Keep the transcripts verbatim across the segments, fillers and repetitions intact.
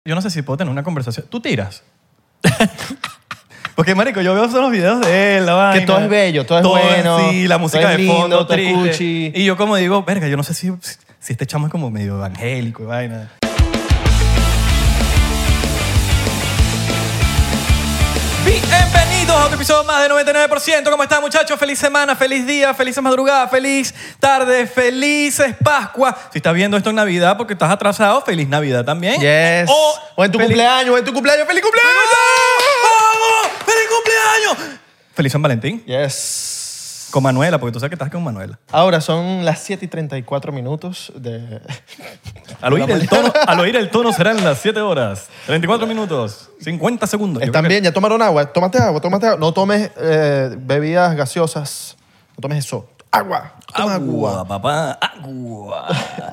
Yo no sé si puedo tener una conversación. ¿Tú tiras? Porque, marico, yo veo esos los videos de él, la vaina. Que todo es bello, todo es todo bueno. Sí, la música todo es de lindo, fondo, todo es triste. cuchi. Y yo como digo, verga, yo no sé si, si este chamo es como medio evangélico y vaina. Bienvenidos a otro episodio más de noventa y nueve por ciento. ¿Cómo están, muchachos? Feliz semana, feliz día, feliz madrugada, feliz tarde, felices Pascua. Si estás viendo esto en Navidad porque estás atrasado, feliz Navidad también. Yes. O, O en tu feliz- cumpleaños, o en tu cumpleaños. ¡Feliz cumpleaños! ¡Vamos! ¡Feliz cumpleaños! Feliz San Valentín. Yes. Con Manuela, porque tú sabes que estás con Manuela. Ahora son las siete y treinta y cuatro minutos de... Al oír, el tono, al oír el tono serán las siete horas, treinta y cuatro minutos, cincuenta segundos. Yo Están creo que- bien, ya tomaron agua. Tómate agua, tómate agua. No tomes eh, bebidas gaseosas. No tomes eso. Agua. Toma Agua, agua. papá, agua.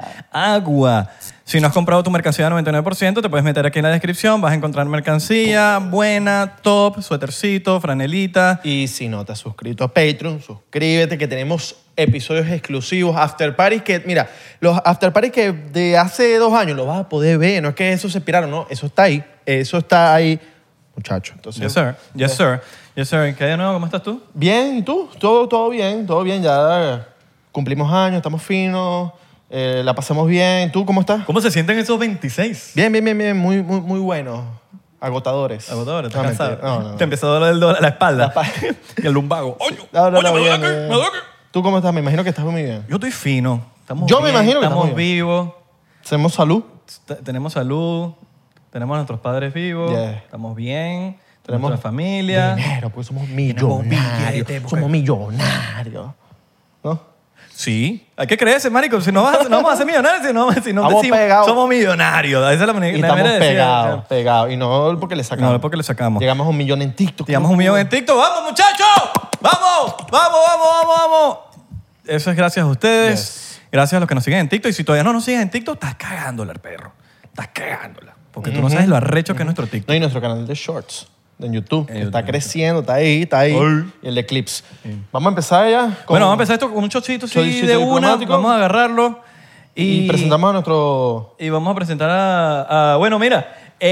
Agua. Si no has comprado tu mercancía a noventa y nueve por ciento, te puedes meter aquí en la descripción. Vas a encontrar mercancía buena, top, suétercito, franelita. Y si no te has suscrito a Patreon, suscríbete que tenemos episodios exclusivos, after parties que, mira, los after parties que de hace dos años los vas a poder ver. No es que eso se expiraron, no. Eso está ahí. Eso está ahí, muchacho. Entonces, Yes, sir. Yes, sir. Yes, sir. ¿Qué hay de nuevo? ¿Cómo estás tú? Bien, ¿y tú? Todo, todo bien, todo bien. Ya cumplimos años, estamos finos, eh, la pasamos bien. ¿Tú cómo estás? ¿Cómo se sienten esos veintiséis? Bien, bien, bien, bien. Muy, muy, muy buenos. Agotadores. Agotadores, No, ¿estás mentira. cansado? No, no, no. Te empezó a doler el do- la espalda. La espalda. Y el lumbago. ¡Oye! No, no, oye, no, me duele bien, aquí, bien. me duele aquí. ¿Tú cómo estás? Me imagino que estás muy bien. Yo estoy fino. Estamos Yo me bien, imagino que estamos estamos bien. vivos. Hacemos salud. T- Tenemos salud. Tenemos a nuestros padres vivos. Yeah. Estamos bien. Tenemos nuestra familia. dinero, porque somos Tenemos millonarios. billete, porque- Somos millonarios. ¿No? Sí. Hay que creerse, marico. Si no, vas a- no vamos a ser millonarios, si no, si no Estamos decimos, pegados. somos millonarios. Esa es la manera Y la estamos manera de decir, pegados, o sea, pegados. Y no porque le sacamos. No, es porque le sacamos. Llegamos a un millón en TikTok. Llegamos a un millón en TikTok. ¡Vamos, muchachos! ¡Vamos! ¡Vamos, vamos, vamos, vamos! Eso es gracias a ustedes. Yes. Gracias a los que nos siguen en TikTok. Y si todavía no nos sigues en TikTok, estás cagándola, el perro. Estás cagándola. Porque tú no sabes lo arrecho que es nuestro TikTok. No, y nuestro canal de Shorts en YouTube. En está YouTube. creciendo, está ahí, está ahí. Ay. Y el de Clips. Vamos a empezar ya. con- Bueno, vamos a empezar esto con un chochito así Chochito de una. diplomático. Vamos a agarrarlo. Y, Y presentamos a nuestro... Y vamos a presentar a... a- bueno, mira.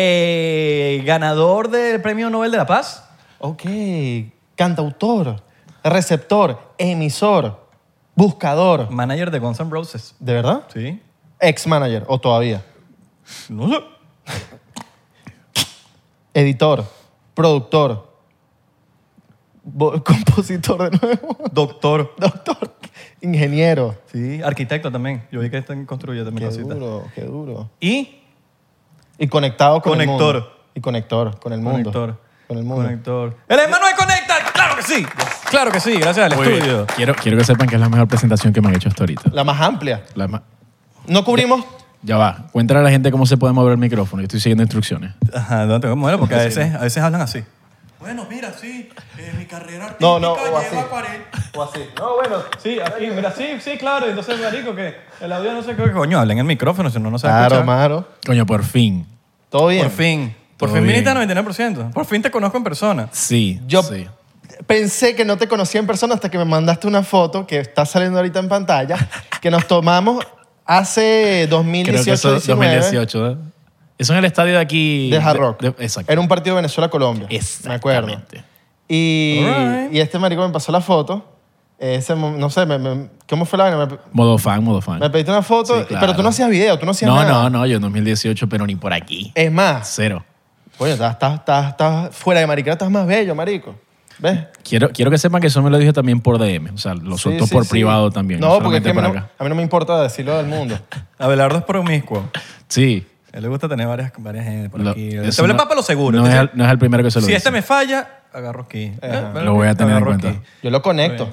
eh, ganador del Premio Nobel de la Paz. Ok. Cantautor, receptor, emisor, buscador. Manager de Guns N' Roses. ¿De verdad? Sí. Ex-manager, o todavía. No sé. Editor, productor, bo- compositor de nuevo, Doctor. doctor, ingeniero. Sí. Arquitecto también. Yo vi que este construye también Qué cositas. duro, qué duro. Y Y conectado con Conector. el mundo. Y conector con el mundo. Conector. Con el mundo. Conector. ¡El Emanuel Conecta! ¡Claro que sí! Claro que sí, gracias al Muy bien. estudio. Quiero, quiero que sepan que es la mejor presentación que me han hecho hasta ahorita. La más amplia. La ma- No cubrimos... Ya va. Cuéntale a la gente cómo se puede mover el micrófono. Yo estoy siguiendo instrucciones. Ajá, no te voy a mover porque a veces, a veces hablan así. Bueno, mira, sí, eh, mi carrera artística No, no, o así. lleva cuarenta. O así. No, bueno. Sí, aquí, mira, sí, sí, claro. Entonces, marico, que el audio no sé qué coño, hablen en el micrófono, si no, no se va a Claro, escuchar. Maro. Coño, por fin. Todo bien. Por fin. Por Todo fin viniste bien. a noventa y nueve por ciento. Por fin te conozco en persona. Sí. Yo sí. pensé que no te conocía en persona hasta que me mandaste una foto que está saliendo ahorita en pantalla que nos tomamos hace dos mil Creo que dieciocho eso es dos mil diecinueve dieciocho. ¿eh? Eso en el estadio de aquí. de Hard Rock. de- exacto. Era un partido de Venezuela-Colombia. Me acuerdo. Exactamente. Y, Alright. y este marico me pasó la foto. Ese, mo- no sé, me- me- ¿cómo fue la vaina? Me, Modo fan, modo fan. me pediste una foto, Sí, claro. pero tú no hacías video, tú no hacías No, nada. no, no. Yo en dos mil dieciocho, pero ni por aquí. Es más, Cero. coño, estás, estás, estás, estás fuera de mariquera, estás más bello, marico. ¿Ves? Quiero, quiero que sepan que eso me lo dije también por D M. O sea, lo Sí, soltó sí, por sí. privado también. No, porque es que a solamente mí por no, acá. a mí no me importa decirlo del mundo. Abelardo es promiscuo. Sí. A él le gusta tener varias, varias gente por Lo- aquí. eso Se le no- va para lo seguro. No es, Entonces, el, no es el primero que se lo si dice. este me falla, agarro aquí. Ajá. Eh, Lo voy a tener en agarro cuenta. aquí. Yo lo conecto.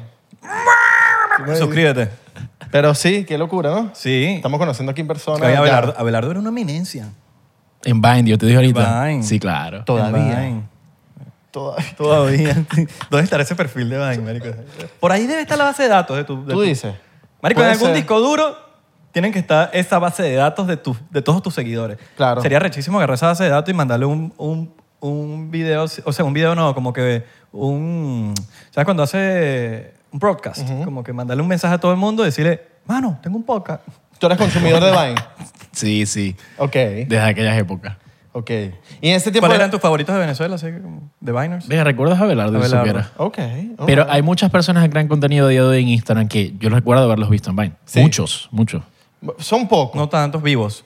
Suscríbete. Pero sí, qué locura, ¿no? Sí. Estamos conociendo aquí en persona. Oye, ya. Abelardo, Abelardo era una eminencia. En Vine, yo te dije ahorita. Vine. Sí, claro. Todavía. Vine. Todavía. Todavía. ¿Dónde estará ese perfil de Vine, marico? Por ahí debe estar la base de datos de tu... de Tú tu- dices. Marico, en Puede algún ser. disco duro tienen que estar esa base de datos de, tu, de todos tus seguidores. Claro. Sería rechísimo agarrar esa base de datos y mandarle un, un, un video, o sea, un video no, como que un... ¿Sabes cuando hace un broadcast? Como que mandarle un mensaje a todo el mundo y decirle, mano, tengo un podcast. Tú eres consumidor de Vine. Sí, sí. Ok. Desde aquellas épocas. Ok. Y en ese tiempo... ¿Cuáles eran tus favoritos de Venezuela, así como de Biners? Venga, ¿recuerdas a Abelardo? Si Abelardo. supiera? Ok. ok. Pero hay muchas personas que crean contenido a día de hoy en Instagram que yo recuerdo haberlos visto en Vine. Sí. Muchos, muchos. Son pocos. No tantos vivos.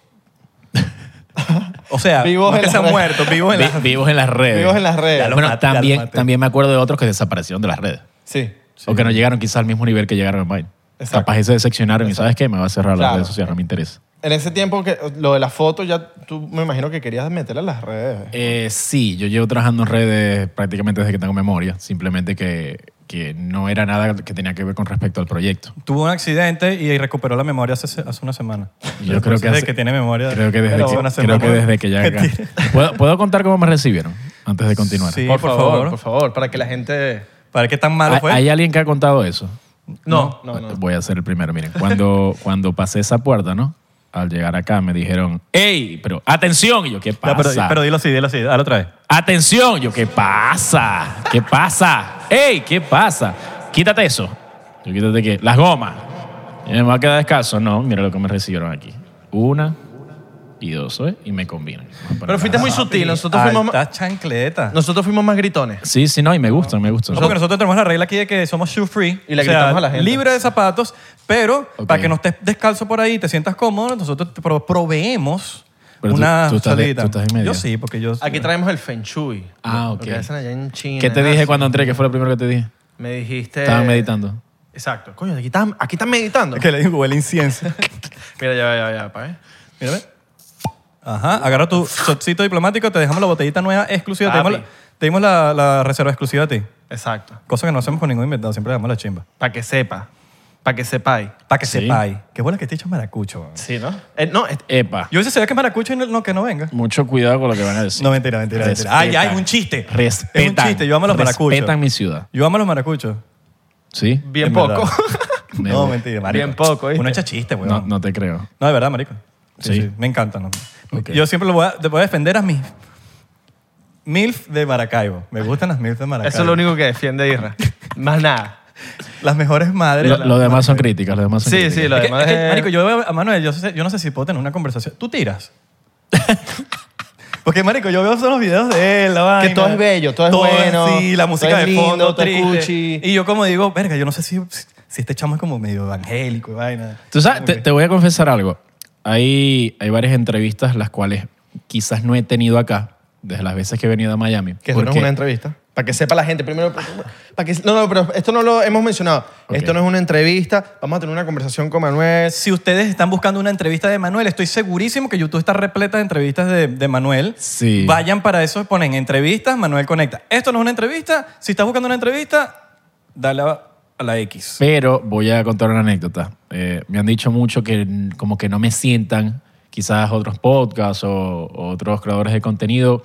O sea, Vivos no es en que las se han redes. muerto, vivos en Vi- las... vivos en las redes. Vivos en las redes. Ya lo Bueno, maté, ya lo también, maté. también me acuerdo de otros que desaparecieron de las redes. Sí. O que no llegaron quizás al mismo nivel que llegaron en Vine. Exacto. Capaz se decepcionaron y ¿sabes qué? Me va a cerrar las Claro. redes sociales, no me interesa. En ese tiempo, que lo de las fotos, ya tú me imagino que querías meterla en las redes. Eh, sí, yo llevo trabajando en redes prácticamente desde que tengo memoria. Simplemente que, que no era nada que tenía que ver con respecto al proyecto. Tuvo un accidente y recuperó la memoria hace, hace una semana. Yo creo que Desde hace- que tiene memoria. Creo que desde, Pero que, una creo que, semana. desde que ya... Que ¿Puedo, ¿Puedo contar cómo me recibieron antes de continuar? Sí, por, por favor, favor. por favor, para que la gente... Para ver qué tan malo ¿Hay, fue. hay alguien que ha contado eso? No, no, no. Voy a ser el primero. Miren, cuando, cuando pasé esa puerta, ¿no? Al llegar acá me dijeron, ¡ey! Pero atención. Y yo, ¿qué Ya, pasa? pero, pero dilo así, dilo así. Dale otra vez. Atención. Yo, ¿qué pasa? ¿Qué pasa? ¡Ey! ¿Qué pasa? Quítate eso. Yo, quítate qué. Las gomas. Y me va a quedar descalzo. No, mira lo que me recibieron aquí. Una y dos, ¿eh? Y me combinan. Pero fuiste muy sutil. Nosotros fuimos, ma- Alta chancleta. nosotros fuimos más gritones. Sí, sí, no, y me gustan, me gustan. No, porque nosotros tenemos la regla aquí de que somos shoe free. Y le o sea, gritamos a la gente. libre de zapatos, pero Ok. para que no estés descalzo por ahí y te sientas cómodo, nosotros te pro- proveemos Pero tú- una tú estás de- salidita. tú estás en medio. Yo sí, porque yo... Aquí traemos el Feng Shui. Ah, Lo ok. que hacen allá en China. ¿Qué te en dije Asia. cuando entré? ¿Qué fue lo primero que te dije? Me dijiste... Estaban meditando. Exacto. Coño, aquí están, aquí están meditando. Que le digo, huele incienso. Mira, ya, ya, ya, pa' ver. Mira, ve. Ajá, agarra tu shotcito diplomático, te dejamos la botellita nueva exclusiva. Te Papi. dimos, la, te dimos la, la reserva exclusiva a ti. Exacto. Cosa que no hacemos con ningún inventado, siempre le damos la chimba. Para que sepa. Para que sepáis. Para que Sí. sepáis. Qué bola que este dicho es maracucho. weón. Sí, ¿no? Eh, no, es- Epa. Yo hubiese sabido que es maracucho y no, no, que no venga. Mucho cuidado con lo que van a decir. No, mentira, mentira, mentira. Ay, ay, es un chiste. Respetan. Es un chiste, yo amo a los maracuchos. Respetan mi ciudad. Yo amo a los maracuchos. ¿Sí? bien En poco. verdad. Me No, voy. mentira, marico. Bien poco, ¿viste? Uno echa chiste, weón. No, No, no te creo. de verdad, marico. Sí, Sí. sí, me encanta. ¿no? Ok. Yo siempre lo voy a, te voy a defender a mis MILF de Maracaibo. Me gustan las MILF de Maracaibo. Eso es lo único que defiende Isra. Más nada. Las mejores madres. Lo, lo demás son críticas, lo demás son Sí, críticas. sí, lo Es que- demás es que, es- marico, yo veo a Manuel, yo, sé- yo no sé si puedo tener una conversación. ¿Tú tiras? Porque, marico, yo veo esos los videos de él, la vaina. todo es bello, todo es bueno, así, la música todo es de lindo, fondo, todo es triste. cuchi. Y yo como digo, verga, yo no sé si, si este chamo es como medio evangélico y vaina. Tú sabes, Como te, que- te voy a confesar algo. Hay, hay varias entrevistas las cuales quizás no he tenido acá, desde las veces que he venido a Miami. Que esto no es porque- una entrevista. Para que sepa la gente. Primero, para que, no, no, pero esto no lo hemos mencionado. Ok. Esto no es una entrevista. Vamos a tener una conversación con Manuel. Si ustedes están buscando una entrevista de Manuel, estoy segurísimo que YouTube está repleta de entrevistas de, de Manuel. Sí. Vayan para eso, ponen entrevistas, Manuel conecta. Esto no es una entrevista. Si estás buscando una entrevista, dale a, a la X. Pero voy a contar una anécdota. Eh, me han dicho mucho que mm, como que no me sientan quizás otros podcasts o, o otros creadores de contenido.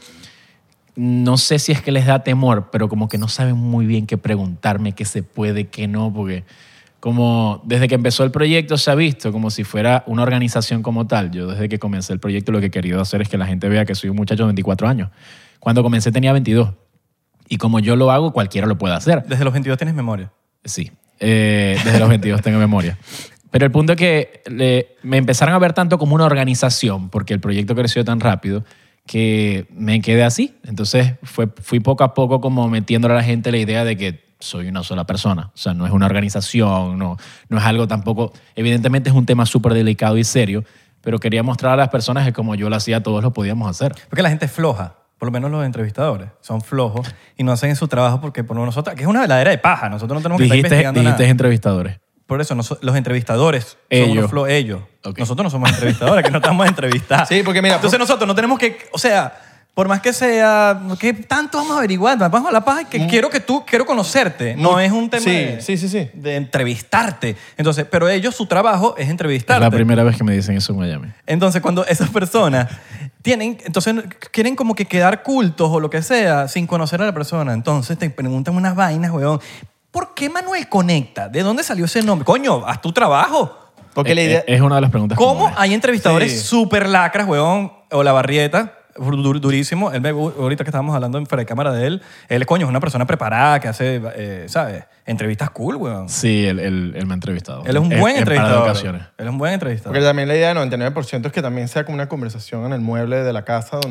No sé si es que les da temor, pero como que no saben muy bien qué preguntarme, qué se puede, qué no, porque como desde que empezó el proyecto se ha visto como si fuera una organización como tal. Yo desde que comencé el proyecto lo que he querido hacer es que la gente vea que soy un muchacho de veinticuatro años. Cuando comencé tenía veintidós. Y como yo lo hago, cualquiera lo puede hacer. Desde los veintidós tienes memoria. Sí, eh, desde los veintidós tengo memoria. Pero el punto es que le- me empezaron a ver tanto como una organización, porque el proyecto creció tan rápido, que me quedé así. Entonces fue, fui poco a poco como metiéndole a la gente la idea de que soy una sola persona. O sea, no es una organización, no, no es algo tampoco... Evidentemente es un tema súper delicado y serio, pero quería mostrar a las personas que como yo lo hacía, todos lo podíamos hacer. Porque la gente es floja. Por lo menos los entrevistadores son flojos y no hacen su trabajo porque por nosotros, que es una veladera de paja, nosotros no tenemos que estar Dijiste, investigando dijiste nada. entrevistadores. Por eso noso- los entrevistadores son Ellos. unos flojos, ellos. Ok. Nosotros no somos entrevistadores, que no estamos a entrevistar. Sí, porque mira, Entonces por- nosotros no tenemos que, o sea, por más que sea, ¿qué tanto vamos a averiguar? Vamos a la paja que quiero que tú, quiero conocerte. No es un tema Sí, de, sí, sí, sí. de entrevistarte. Entonces, pero ellos, su trabajo es Es entrevistarte. la primera vez que me dicen eso en Miami. Entonces, cuando esas personas tienen, entonces quieren como que quedar cultos o lo que sea sin conocer a la persona, entonces te preguntan unas vainas, weón. ¿Por qué Manuel conecta? ¿De dónde salió ese nombre? Coño, haz tu trabajo. Porque la Es- idea... Es una de las preguntas ¿Cómo comunes. hay entrevistadores Sí. súper lacras, weón? O La Barrieta, dur- durísimo. Él me- ahorita que estábamos hablando en fuera de cámara de él, él, coño, es una persona preparada que hace, eh, ¿sabes? Entrevistas cool, weón. Sí, él, él- él me ha entrevistado. Él es un En- buen en par de entrevistador. ocasiones. Él es un buen entrevistador. Porque también la idea del noventa y nueve por ciento es que también sea como una conversación en el mueble de la casa donde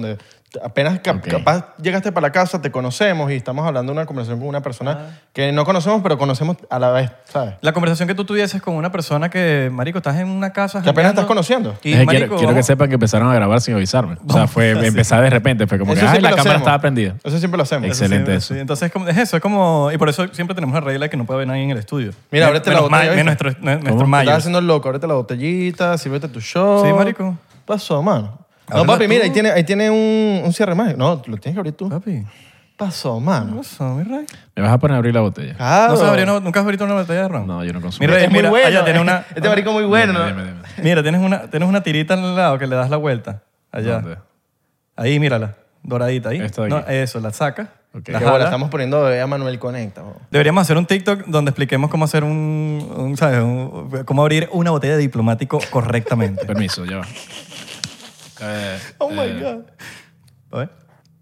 Apenas cap- Ok. capaz llegaste para la casa, te conocemos y estamos hablando de una conversación con una persona Ah. que no conocemos, pero conocemos a la vez, ¿sabes? La conversación que tú tuvieses con una persona que, marico, estás en una casa... Que apenas jangueando estás conociendo. Y, Es que marico, quiero, quiero que vamos- sepan que empezaron a grabar sin avisarme. O sea, Vamos, fue sí. empezar de repente. Fue como que, Eso ay, siempre la lo cámara hacemos. estaba prendida. Eso siempre lo hacemos. Excelente. siempre, eso. sí. Entonces es, como- es eso, es como... Y por eso siempre tenemos la regla de que no puede haber nadie en el estudio. Mira, ábrete la Menos botella, ma- ¿viste? Nuestros nuestro ¿Cómo? mayos. Estás haciendo el loco, ábrete la botellita, sírvete tu show. Sí, marico. ¿Qué pasó, mano? No, Ábrela papi, tú. mira, ahí tiene, ahí tiene un, un cierre mágico. No, lo tienes que abrir tú. ¿Qué Papi, pasó, ¿qué mano? pasó, mi rey? ¿Me vas a poner a abrir la botella? Claro. ¿No, sabes abrir una- ¿Nunca has abierto una botella de ron? No, yo no consumo. Mi rey, Es muy mira, bueno. allá tiene una... Este marico muy bueno, Dime, ¿no? dime, dime. Mira, tienes una, tienes una tirita al lado que le das la vuelta. Allá. ¿Dónde? Ahí, mírala. Doradita ahí. Esta de No, aquí. eso, la sacas. Ok. la Qué bola, jalas. estamos poniendo a Manuel Conecta. bo. Deberíamos hacer un TikTok donde expliquemos cómo hacer un, un, ¿sabes? Un- cómo abrir una botella de diplomático correctamente. Permiso, ya va. Eh, Oh my eh, God. A ver.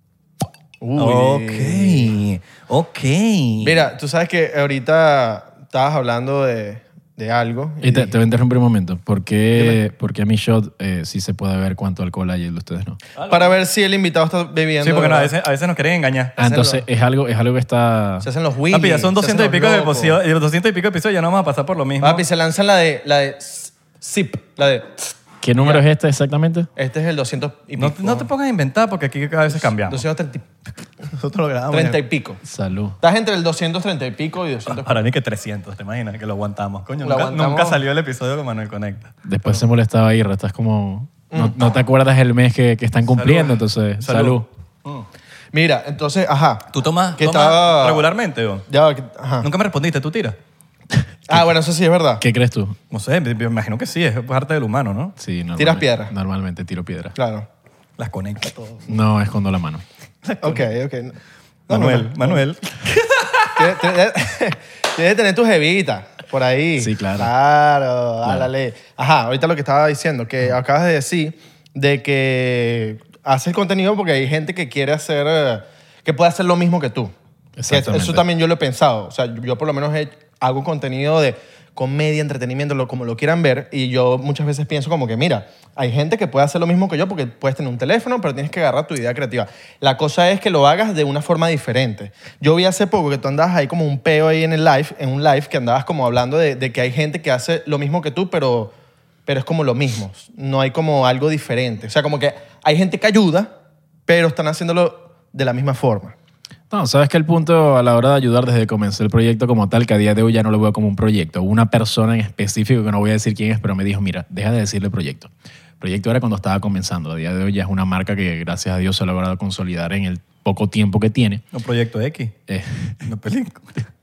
Uy. Ok, ok. Mira, tú sabes que ahorita estabas hablando de, de algo. Y te, te voy a interrumpir un momento. ¿Por qué, porque a mi shot eh, sí se puede ver cuánto alcohol hay y el de ustedes no? Para ver si el invitado está bebiendo. Sí, porque no, a, ¿verdad? veces, a veces nos quieren engañar. Ah, entonces es algo, es algo que está... Se hacen los Willy. Papi, ya son se doscientos y hacen pico los de locos. episodios, y los doscientos y pico de episodios ya no vamos a pasar por lo mismo. Papi, se lanzan la de, la de zip, la de... ¿Qué número es este exactamente? Este es el doscientos y pico. no, no te pongas a inventar porque aquí cada vez cambiamos. doscientos treinta Nosotros lo grabamos. treinta y pico. Salud. Estás entre el doscientos treinta y pico y doscientos... Para mí que trescientos, ¿te imaginas? Que lo aguantamos. Coño, Lo nunca, aguantamos. nunca salió el episodio con Manuel Conecta. Después se molestaba ahí, estás como... No, no te acuerdas el mes que, que están cumpliendo, entonces salud. Mm. Mira, entonces, ajá. ¿Tú tomas, Que tomas estaba- regularmente, o? Ya, va, que- ajá. Nunca me respondiste, ¿tú tiras? Ah, bueno, eso sí es verdad. ¿Qué crees tú? No sé, me, me imagino que sí, es parte del humano, ¿no? Sí, normalmente, ¿Tiras piedra? Normalmente tiro piedra. Claro. Las conecta todo. No, escondo la mano. Ok, ok. No, Manuel, no, no. Manuel. Tienes tienes- tienes que tener tus jevitas por ahí. Sí, claro. Claro, háblale. Ajá, ahorita lo que estaba diciendo, que acabas de decir de que haces contenido porque hay gente que quiere hacer, eh, que puede hacer lo mismo que tú. Que Exactamente. Eso también yo lo he pensado. O sea, yo por lo menos he- hago contenido de comedia, entretenimiento, lo, como lo quieran ver, y yo muchas veces pienso como que, mira, hay gente que puede hacer lo mismo que yo porque puedes tener un teléfono, pero tienes que agarrar tu idea creativa. La cosa es que lo hagas de una forma diferente. Yo vi hace poco que tú andabas ahí como un peo ahí en el live, en un live, que andabas como hablando de, de que hay gente que hace lo mismo que tú, pero, pero es como lo mismo. No hay como algo diferente. O sea, como que hay gente que ayuda, pero están haciéndolo de la misma forma. No, sabes que el punto a la hora de ayudar desde que comencé el proyecto como tal, que a día de hoy ya no lo veo como un proyecto. Una persona en específico, que no voy a decir quién es, pero me dijo, mira, deja de decirle proyecto. Proyecto era cuando estaba comenzando. A día de hoy ya es una marca que gracias a Dios se ha logrado consolidar en el poco tiempo que tiene. Un proyecto X. Eh, Una película.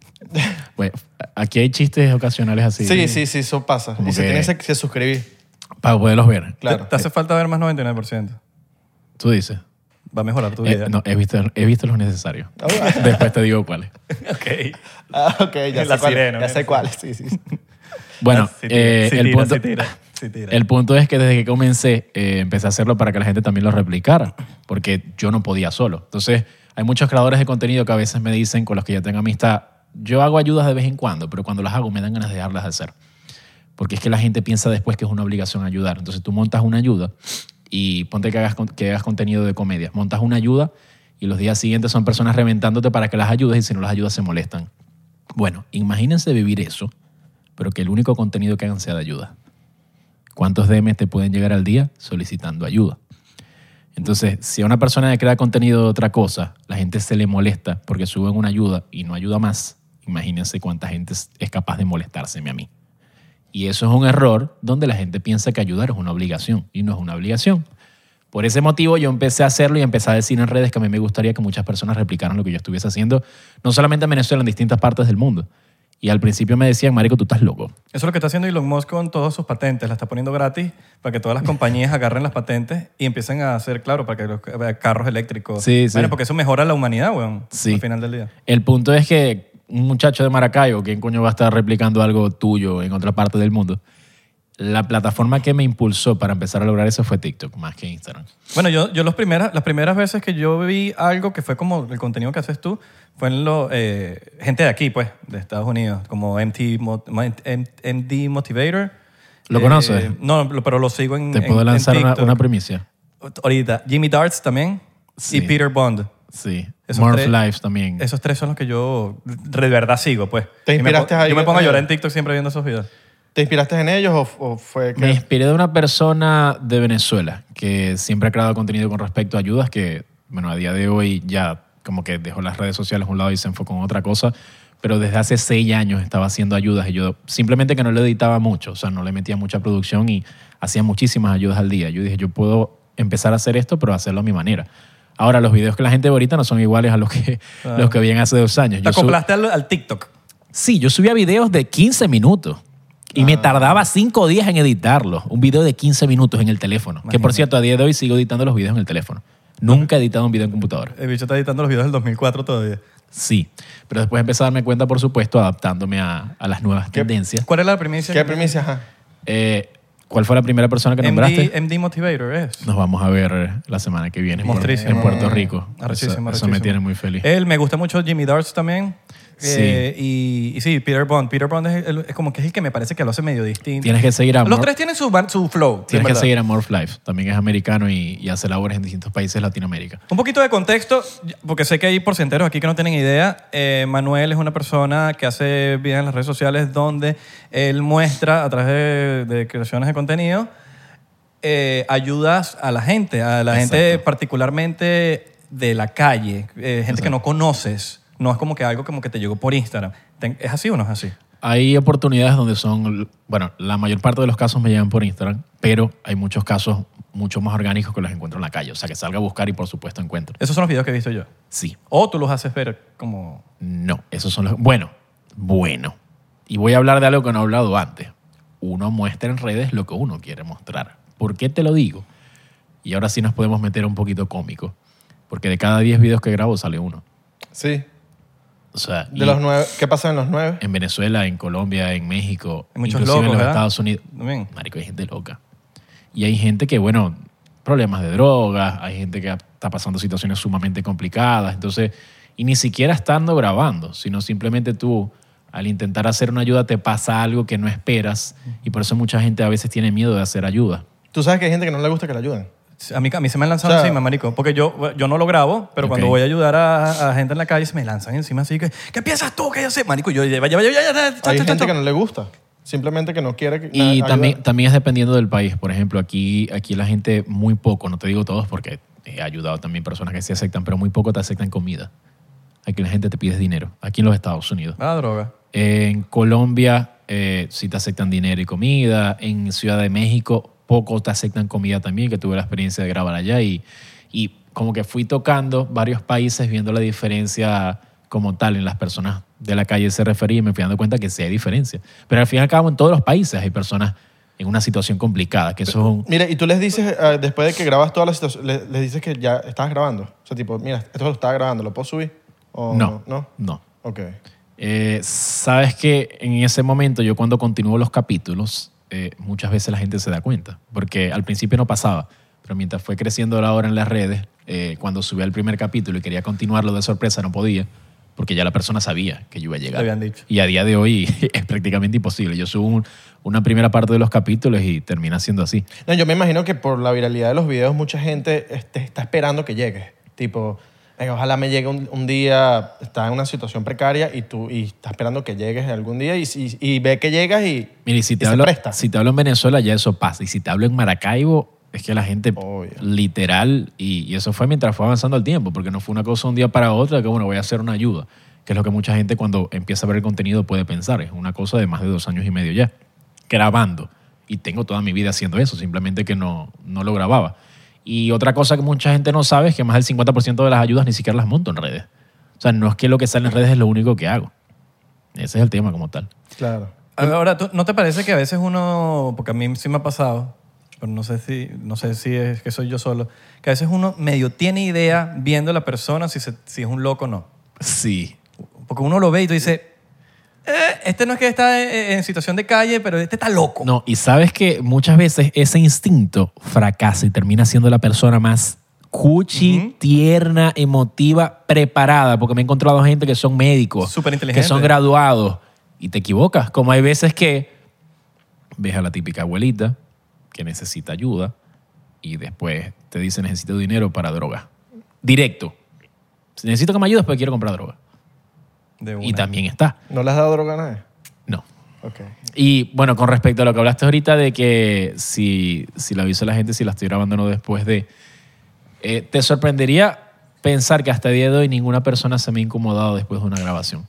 pues, aquí hay chistes ocasionales así. Sí, sí, sí, eso pasa. Como Y se que- tiene que- que suscribir. Para poderlos ver. Claro. Te, te hace falta ver más noventa y nueve por ciento. Tú dices. Va a mejorar tu Eh, vida. no, he visto, he visto los necesarios. Después te digo cuáles. Ok. Ah, ok, ya La sé cuál. sirena, Ya ¿no? sé cuál, sí, sí. sí. Bueno, Sí tira, eh, sí el, tira, punto, sí tira, sí tira. el punto es que desde que comencé eh, empecé a hacerlo para que la gente también lo replicara, porque yo no podía solo. Entonces, hay muchos creadores de contenido que a veces me dicen, con los que ya tengo amistad, yo hago ayudas de vez en cuando, pero cuando las hago me dan ganas de dejarlas de hacer. Porque es que la gente piensa después que es una obligación ayudar. Entonces tú montas una ayuda y ponte que hagas, con- que hagas contenido de comedia. Montas una ayuda y los días siguientes son personas reventándote para que las ayudes y si no las ayudas se molestan. Bueno, imagínense vivir eso, pero que el único contenido que hagan sea de ayuda. ¿Cuántos D Ms te pueden llegar al día solicitando ayuda? Entonces, si a una persona que crea contenido de otra cosa, la gente se le molesta porque suben una ayuda y no ayuda más, imagínense cuánta gente es es capaz de molestárseme a mí. Y eso es un error donde la gente piensa que ayudar es una obligación y no es una obligación. Por ese motivo yo empecé a hacerlo y empecé a decir en redes que a mí me gustaría que muchas personas replicaran lo que yo estuviese haciendo, no solamente en Venezuela, en distintas partes del mundo. Y al principio me decían, marico, tú estás loco. Eso es lo que está haciendo Elon Musk con todas sus patentes. La está poniendo gratis para que todas las compañías agarren las patentes y empiecen a hacer, claro, para que los eh, carros eléctricos... Sí, sí. Bueno, porque eso mejora la humanidad, weón, Sí. al final del día. El punto es que un muchacho de Maracaibo, ¿quién coño va a estar replicando algo tuyo en otra parte del mundo? La plataforma que me impulsó para empezar a lograr eso fue TikTok, más que Instagram. Bueno, yo, yo los primeras, las primeras veces que yo vi algo que fue como el contenido que haces tú, fue en lo, eh, gente de aquí, pues, de Estados Unidos, como M T, Mo- M- M D Motivator. ¿Lo Eh, conoces? No, lo- pero lo sigo en Te puedo en- en lanzar una, TikTok. una primicia. Ahorita, Jimmy Darts también. Sí. y Peter Bond. Sí. Esos More tres- of Life también. Esos tres son los que yo de verdad sigo, pues. ¿Te Y me inspiraste po- ahí Yo me pongo a en- llorar en TikTok siempre viendo esos videos. ¿Te inspiraste en ellos o, o fue que...? Me inspiré de una persona de Venezuela que siempre ha creado contenido con respecto a ayudas que, bueno, a día de hoy ya como que dejó las redes sociales a un lado y se enfocó en otra cosa, pero desde hace seis años estaba haciendo ayudas y yo simplemente que no le editaba mucho, o sea, no le metía mucha producción y hacía muchísimas ayudas al día. Yo dije, yo puedo empezar a hacer esto, pero hacerlo a mi manera. Ahora, los videos que la gente ve ahorita no son iguales a los que, Claro. los que veían hace dos años. Te Yo sub- acoplaste al, al TikTok. Sí, yo subía videos de quince minutos y me tardaba cinco días en editarlo. Un video de quince minutos en el teléfono. Que por Imagínate. cierto, a día de hoy sigo editando los videos en el teléfono. Nunca he editado un video en computadora. El bicho está editando los videos del dos mil cuatro todavía. Sí, pero después empecé a darme cuenta, por supuesto, adaptándome a, a las nuevas ¿Qué- tendencias. ¿Cuál es la primicia? ¿Qué que- primicia? Ajá. Eh, ¿Cuál fue la primera persona que M nombraste? D, M D Motivator es. Nos vamos a ver la semana que viene en Puerto- Mostrísimo. en Puerto Rico. Arrechísimo, Eso, eso me arrechísimo. tiene muy feliz. Él, me gusta mucho Jimmy Darts también. Sí. Eh, y, y sí, Peter Bond. Peter Bond es, el- es como que es el que me parece que lo hace medio distinto. Tienes que seguir a Los Mor- tres tienen su, ban- su flow. Tienes en que verdad. seguir a Morph Life. También es americano y, y hace labores en distintos países de Latinoamérica. Un poquito de contexto, porque sé que hay porcenteros aquí que no tienen idea. Eh, Manuel es una persona que hace videos en las redes sociales donde él muestra a través de, de creaciones de contenido eh, ayudas a la gente, a la Exacto. gente particularmente de la calle, eh, gente que no conoces. No es como que algo como que te llegó por Instagram. Ten- ¿Es así o no es así? Hay oportunidades donde son, bueno, la mayor parte de los casos me llegan por Instagram, pero hay muchos casos mucho más orgánicos que los encuentro en la calle. O sea, que salga a buscar y por supuesto encuentro. Esos son los videos que he visto yo. Sí. O tú los haces ver como... No, esos son los... Bueno, bueno. Y voy a hablar de algo que no he hablado antes. Uno muestra en redes lo que uno quiere mostrar. ¿Por qué te lo digo? Y ahora sí nos podemos meter un poquito cómico. Porque de cada diez videos que grabo sale uno. Sí. O sea, De y los nueve, ¿qué pasa en los nueve? en Venezuela, en Colombia, en México, Hay muchos inclusive locos, en los ¿verdad? Estados Unidos. También. Marico, hay gente loca. Y hay gente que, bueno, problemas de drogas, hay gente que está pasando situaciones sumamente complicadas. Entonces, y ni siquiera estando grabando, sino simplemente tú, al intentar hacer una ayuda, te pasa algo que no esperas. Y por eso mucha gente a veces tiene miedo de hacer ayuda. Tú sabes que hay gente que no le gusta que le ayuden. A mí, a mí se me han lanzado O sea- encima, marico. Porque yo, yo no lo grabo, pero Ok. cuando voy a ayudar a, a gente en la calle se me lanzan encima así que ¿qué piensas tú que yo sé? Marico, yo lleva, lleva, lleva, lleva, lleva, Hay cha, cha, gente cha. que no le gusta. Simplemente que no quiere que Y ayudar. también, también es dependiendo del país. Por ejemplo, aquí, aquí la gente muy poco, no te digo todos porque he ayudado también personas que sí aceptan, pero muy poco te aceptan comida. Aquí la gente te pide dinero, aquí en los Estados Unidos. Ah, droga. En Colombia eh, sí te aceptan dinero y comida. En Ciudad de México poco te aceptan comida también, que tuve la experiencia de grabar allá. Y, y como que fui tocando varios países viendo la diferencia como tal en las personas de la calle se refería y me fui dando cuenta que sí hay diferencia. Pero al fin y al cabo en todos los países hay personas en una situación complicada, que eso es un... Mira, y tú les dices, eh, después de que grabas toda la situación, le- les, dices que ya estabas grabando. O sea, tipo, mira, esto lo estaba grabando, ¿lo puedo subir? ¿O No, ¿No? no. Ok. Eh, Sabes que en ese momento, yo cuando continúo los capítulos, eh, muchas veces la gente se da cuenta, porque al principio no pasaba, pero mientras fue creciendo la hora en las redes, eh, cuando subí el primer capítulo y quería continuarlo de sorpresa, no podía, porque ya la persona sabía que yo iba a llegar. Te habían dicho. Y a día de hoy es prácticamente imposible. Yo subo un- una primera parte de los capítulos y termina siendo así. No, yo me imagino que por la viralidad de los videos, mucha gente este, está esperando que llegue. Tipo, venga, ojalá me llegue un, un día, está en una situación precaria y tú y está esperando que llegues algún día y, y, y ve que llegas y, Mira, y si y te, se hablo, presta. si te hablo en Venezuela, ya eso pasa. Y si te hablo en Maracaibo, es que la gente Obvio. literal, y, y eso fue mientras fue avanzando el tiempo, porque no fue una cosa un día para otra, que bueno, voy a hacer una ayuda, que es lo que mucha gente cuando empieza a ver el contenido puede pensar. Es una cosa de más de dos años y medio ya, grabando. Y tengo toda mi vida haciendo eso, simplemente que no, no lo grababa. Y otra cosa que mucha gente no sabe es que más del cincuenta por ciento de las ayudas ni siquiera las monto en redes. O sea, no es que lo que sale en redes es lo único que hago. Ese es el tema como tal. Claro. Ahora, ¿tú- ¿no te parece que a veces uno, porque a mí sí me ha pasado, pero no sé si, no sé si es que soy yo solo, que a veces uno medio tiene idea viendo a la persona si, se- si es un loco o no? Sí. Porque uno lo ve y tú dices, eh, este no es que está en, en situación de calle, pero este está loco. No, y sabes que muchas veces ese instinto fracasa y termina siendo la persona más cuchi, Ujú. tierna, emotiva, preparada, porque me he encontrado gente que son médicos, Súper que inteligente. son graduados, y te equivocas. Como hay veces que ves a la típica abuelita que necesita ayuda y después te dice necesito dinero para droga. directo. Necesito que me ayudes porque quiero comprar droga. De una. Y también está. ¿No le has dado droga a nadie? No. Ok. Y bueno, con respecto a lo que hablaste ahorita de que si, si le aviso a la gente si la estoy grabando o no después de... Eh, te sorprendería pensar que hasta el día de hoy ninguna persona se me ha incomodado después de una grabación.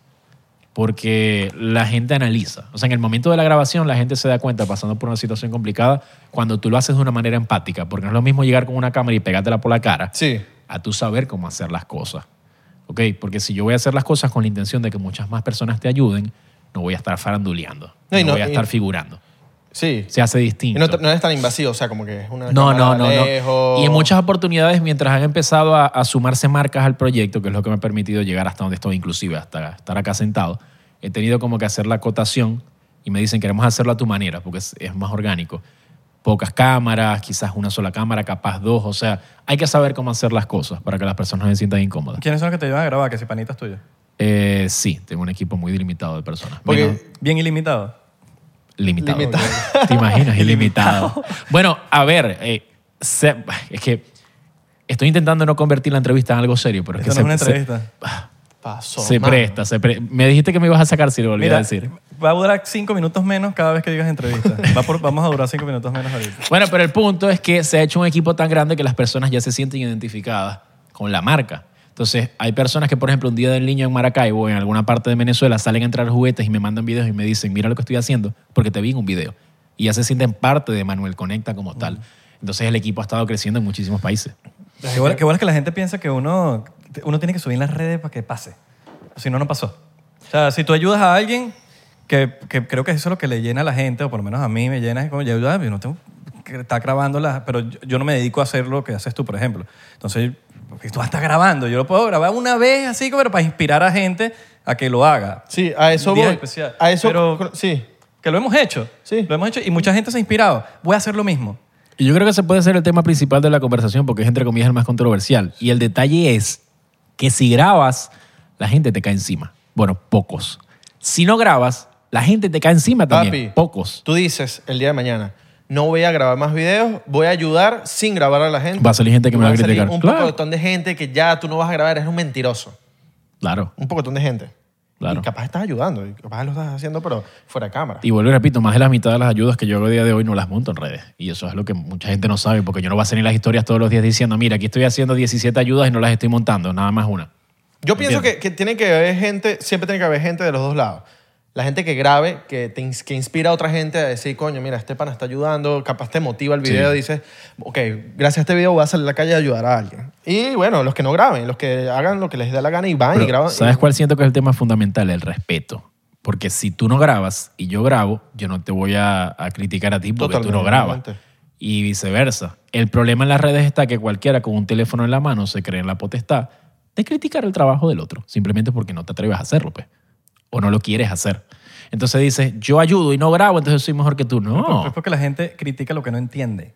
Porque la gente analiza. O sea, en el momento de la grabación la gente se da cuenta, pasando por una situación complicada, cuando tú lo haces de una manera empática. Porque no es lo mismo llegar con una cámara y pegártela por la cara Sí. a tú saber cómo hacer las cosas. ¿Ok? Porque si yo voy a hacer las cosas con la intención de que muchas más personas te ayuden, no voy a estar faranduleando. No, y No, no- voy a estar y- figurando. Sí. Se hace Y distinto. no, no eres tan invasivo, o sea, como que es una No, cámara no, no, no. lejos. Y en muchas oportunidades, mientras han empezado a, a sumarse marcas al proyecto, que es lo que me ha permitido llegar hasta donde estoy, inclusive hasta estar acá sentado, he tenido como que hacer la acotación y me dicen, queremos hacerlo a tu manera, porque es, es más orgánico. Pocas cámaras, quizás una sola cámara, capaz dos. O sea, hay que saber cómo hacer las cosas para que las personas no se sientan incómodas. ¿Quiénes son los que te llevan a grabar? Que si panitas tuyos. Eh, sí, tengo un equipo muy delimitado de personas. Porque- Menos- Bien ilimitado. Limitado. Limitado. ¿Te imaginas? Ilimitado. Bueno, a ver, eh, se- es que estoy intentando no convertir la entrevista en algo serio, pero es Esto que no es se, una entrevista. Pasó. se, se mano. presta. Se pre- Me dijiste que me ibas a sacar si lo volví a Mira, decir. va a durar cinco minutos menos cada vez que digas entrevista. Va por- vamos a durar cinco minutos menos ahorita. Bueno, pero el punto es que se ha hecho un equipo tan grande que las personas ya se sienten identificadas con la marca. Entonces, hay personas que, por ejemplo, un día del niño en Maracaibo o en alguna parte de Venezuela salen a entrar juguetes y me mandan videos y me dicen, mira lo que estoy haciendo porque te vi en un video. Y ya se sienten parte de Manuel Conecta como tal. Entonces, el equipo ha estado creciendo en muchísimos países. Qué bueno, qué bueno es que la gente piensa que uno, uno tiene que subir en las redes para que pase. Si no, no pasó. O sea, si tú ayudas a alguien, que, que creo que eso es lo que le llena a la gente, o por lo menos a mí me llena, es como, yo, yo no tengo que estar grabando las... Pero yo, yo no me dedico a hacer lo que haces tú, por ejemplo. Entonces, porque tú vas a estar grabando. Yo lo puedo grabar una vez así, pero para inspirar a gente a que lo haga. Sí, a eso Un día voy. especial. A eso, Pero- sí. Que lo hemos hecho. Sí. Lo hemos hecho y mucha gente se ha inspirado. Voy a hacer lo mismo. Y yo creo que ese puede ser el tema principal de la conversación porque es, entre comillas, el más controversial. Y el detalle es que si grabas, la gente te cae encima. Bueno, pocos. Si no grabas, la gente te cae encima también. Papi, Pocos. Tú dices el día de mañana, no voy a grabar más videos, voy a ayudar sin grabar a la gente. Va a salir gente que me va a salir criticar. Un Claro. pocotón de gente que ya tú no vas a grabar, eres un mentiroso. Claro, Un pocotón de gente. claro. Y capaz estás ayudando, y capaz lo estás haciendo, pero fuera de cámara. Y vuelvo y repito, más de la mitad de las ayudas que yo hago a día de hoy no las monto en redes. Y eso es lo que mucha gente no sabe, porque yo no voy a hacer ni las historias todos los días diciendo, mira, aquí estoy haciendo diecisiete ayudas y no las estoy montando, nada más una. Yo pienso que, Entiendo. que tiene que haber gente, siempre tiene que haber gente de los dos lados. La gente que grabe, que, te, ins- que inspira a otra gente a decir, coño, mira, este pana está ayudando, capaz te motiva el video, Sí. dices, ok, gracias a este video voy a salir a la calle a ayudar a alguien. Y bueno, los que no graben, los que hagan lo que les dé la gana y van Pero, y graban. ¿sabes y- cuál siento que es el tema fundamental? El respeto. Porque si tú no grabas y yo grabo, yo no te voy a, a criticar a ti porque tú no Totalmente, grabas. totalmente. Y viceversa. El problema en las redes está que cualquiera con un teléfono en la mano se cree en la potestad de criticar el trabajo del otro, simplemente porque no te atreves a hacerlo, pues. O no lo quieres hacer. Entonces dices, yo ayudo y no grabo, entonces soy mejor que tú. No. Es porque la gente critica lo que no entiende.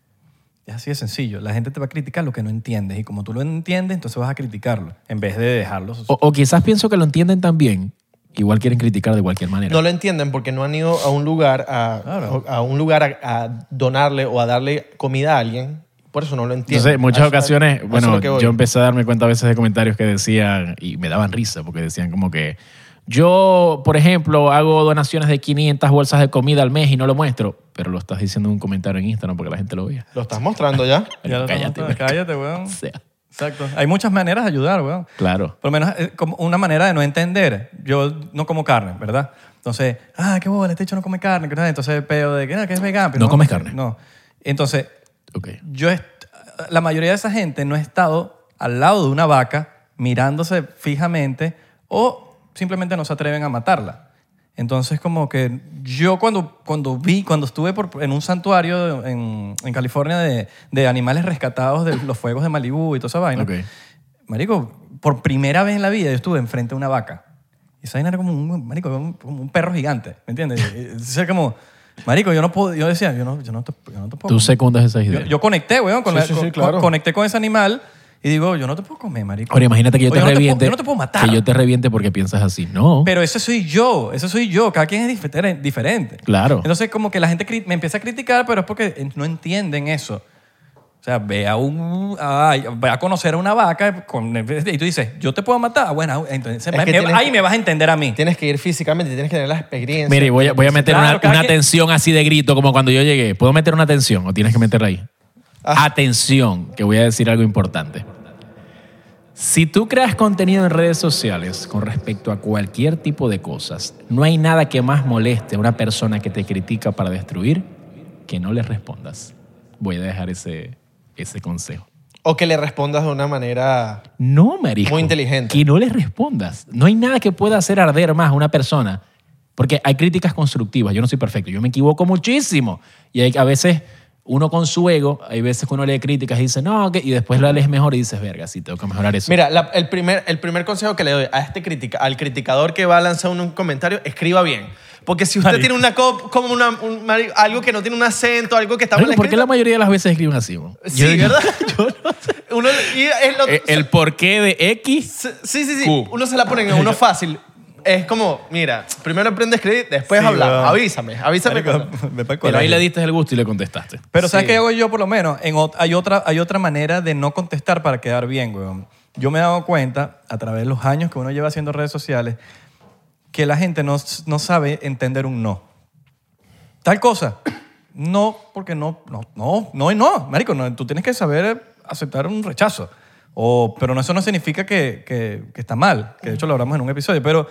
Es así de sencillo. La gente te va a criticar lo que no entiendes. Y como tú lo entiendes, entonces vas a criticarlo. En vez de dejarlo. O, o quizás pienso que lo entienden también, igual quieren criticar de cualquier manera. No lo entienden porque no han ido a un lugar a, Claro. a un lugar a, a donarle o a darle comida a alguien. Por eso no lo entienden. Entonces, en muchas A eso- a ocasiones, eso es bueno, lo que voy. yo empecé a darme cuenta a veces de comentarios que decían, y me daban risa, porque decían como que, yo, por ejemplo, hago donaciones de quinientas bolsas de comida al mes y no lo muestro, pero lo estás diciendo en un comentario en Instagram porque la gente lo vea. Lo estás mostrando ya. Ya lo cállate, estamos- cállate, weón. O sea, Exacto. Hay muchas maneras de ayudar, weón. claro. Por lo menos eh, como una manera de no entender. Yo no como carne, ¿verdad? Entonces, ah, qué bola, este hecho no come carne. ¿Qué? Entonces el pedo de que, ah, que es vegano. pero ¿No comes carne? No. Entonces, Ok. yo est- la mayoría de esa gente no ha estado al lado de una vaca mirándose fijamente o simplemente no se atreven a matarla. Entonces, como que yo cuando, cuando vi, cuando estuve por, en un santuario en, en California de, de animales rescatados de los fuegos de Malibú y toda esa vaina, Ok. marico, por primera vez en la vida yo estuve enfrente de una vaca. Y esa vaina era como un, marico, un, como un perro gigante, ¿me entiendes? Entonces, como, marico, yo no puedo, yo decía, yo no, yo no, te, yo no te puedo Tú comer. secundas esas Yo, ideas. yo conecté, weón, con Sí, la- sí, sí, con- claro. conecté con ese animal y digo, yo no te puedo comer, marico. Ahora imagínate que yo O te no reviente. puedo- yo no te puedo matar. Que yo te reviente porque piensas así. No. Pero ese soy yo, ese soy yo. Cada quien es diferen- diferente. Claro. Entonces, como que la gente cri- me empieza a criticar, pero es porque no entienden eso. O sea, ve a, un, ay, ve a conocer a una vaca con, y tú dices, yo te puedo matar. Bueno, entonces Es me- que me- tienes ahí que- me vas a entender a mí. Tienes que ir físicamente, tienes que tener la experiencia. Mire, voy a, voy a meter Claro, una, cada una quien- atención así de grito como cuando yo llegué. ¿Puedo meter una atención o tienes que meterla ahí? Ah. Atención, que voy a decir algo importante. Si tú creas contenido en redes sociales con respecto a cualquier tipo de cosas, no hay nada que más moleste a una persona que te critica para destruir que no le respondas. Voy a dejar ese, ese consejo. O que le respondas de una manera... No, marico. Muy inteligente. Que no le respondas. No hay nada que pueda hacer arder más a una persona. Porque hay críticas constructivas. Yo no soy perfecto. Yo me equivoco muchísimo. Y hay, a veces uno con su ego, hay veces que uno lee críticas y dice, no, que-", y después la lees mejor y dices, verga, sí, tengo que mejorar eso. Mira, la- el, primer, el primer consejo que le doy a este critica, al criticador que va a lanzar un, un comentario, escriba bien. Porque si usted Marico. tiene una co- como una, un- mari- algo que no tiene un acento, algo que está Marico, mal ¿por qué escrito... la mayoría de las veces escriben así? Bro? Sí, Yo- ¿verdad? Uno, y es lo- Eh, El porqué de X. Sí, sí, sí. Q. Uno se la pone en uno fácil. Es como, mira, primero aprende a escribir, después Sí, hablamos. weón. Avísame, avísame. Marico, cuando- ve pa'l Pero ahí colegio. le diste el gusto y le contestaste. Pero ¿sabes Sí. qué hago yo por lo menos? En ot- hay, otra, hay otra manera de no contestar para quedar bien, weón. Yo me he dado cuenta, a través de los años que uno lleva haciendo redes sociales, que la gente no, no sabe entender un no. Tal cosa. No, porque no, no, no, no y no. Marico, no, tú tienes que saber aceptar un rechazo. O, pero no, eso no significa que, que, que está mal, que de hecho lo hablamos en un episodio, pero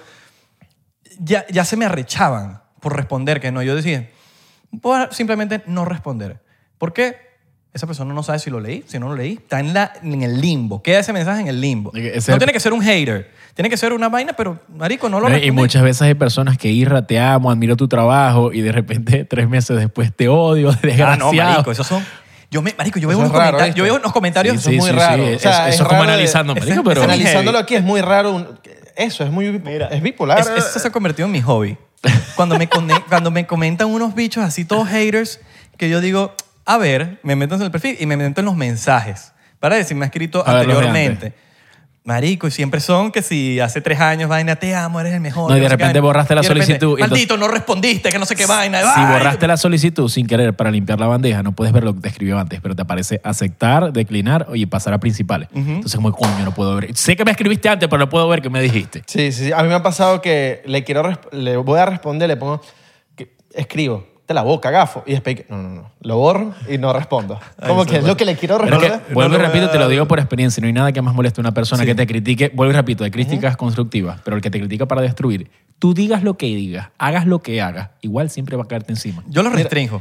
ya, ya se me arrechaban por responder que no. Yo decía, voy a simplemente no responder. ¿Por qué? Esa persona no sabe si lo leí, si no lo leí. Está en, la, en el limbo. Queda ese mensaje en el limbo. Ese No es el- tiene que ser un hater. Tiene que ser una vaina, pero, marico, no lo Eh, respondí. Y muchas veces hay personas que, Irra, te amo, admiro tu trabajo y de repente tres meses después te odio, Ah, desgraciado. no, marico, esos son... Yo, me, marico, yo veo, Eso unos es raro, comentarios, ¿viste? yo veo unos comentarios... Sí, Eso es muy sí, raro. sí. O sea, Eso- eso es como raro de- analizando, marico, ese- pero... ese- Analizándolo aquí es muy raro. un- Eso es muy... es bipolar. Es- eso se ha convertido en mi hobby. Cuando me, cone- cuando me comentan unos bichos así, todos haters, que yo digo, a ver, me meto en el perfil y me meto en los mensajes para decir, me ha escrito A ver, los de anteriormente. Marico, y siempre son que si hace tres años, vaina, te amo, eres el mejor. No, y de sé qué repente vaina. borraste la Y de repente, solicitud y Maldito, no respondiste, que no sé qué vaina. Si Ay, borraste la solicitud sin querer para limpiar la bandeja, no puedes ver lo que te escribió antes, pero te aparece aceptar, declinar y pasar a principales. Entonces, como, coño, no puedo ver. Sé que me escribiste antes, pero no puedo ver qué me dijiste. Sí, sí, sí. A mí me ha pasado que le quiero resp- le voy a responder, le pongo, que, escribo, te la boca, gafo. Y después, que- no, no, no. Lo borro y no respondo. Como que es lo que le quiero Pero es responder. que, vuelvo no y lo repito, voy a te lo dar. digo por experiencia. No hay nada que más moleste a una persona que te critique. Vuelvo y repito, hay críticas constructivas, pero el que te critica para destruir, tú digas lo que digas, hagas lo que hagas, igual siempre va a caerte encima. Yo los restringo.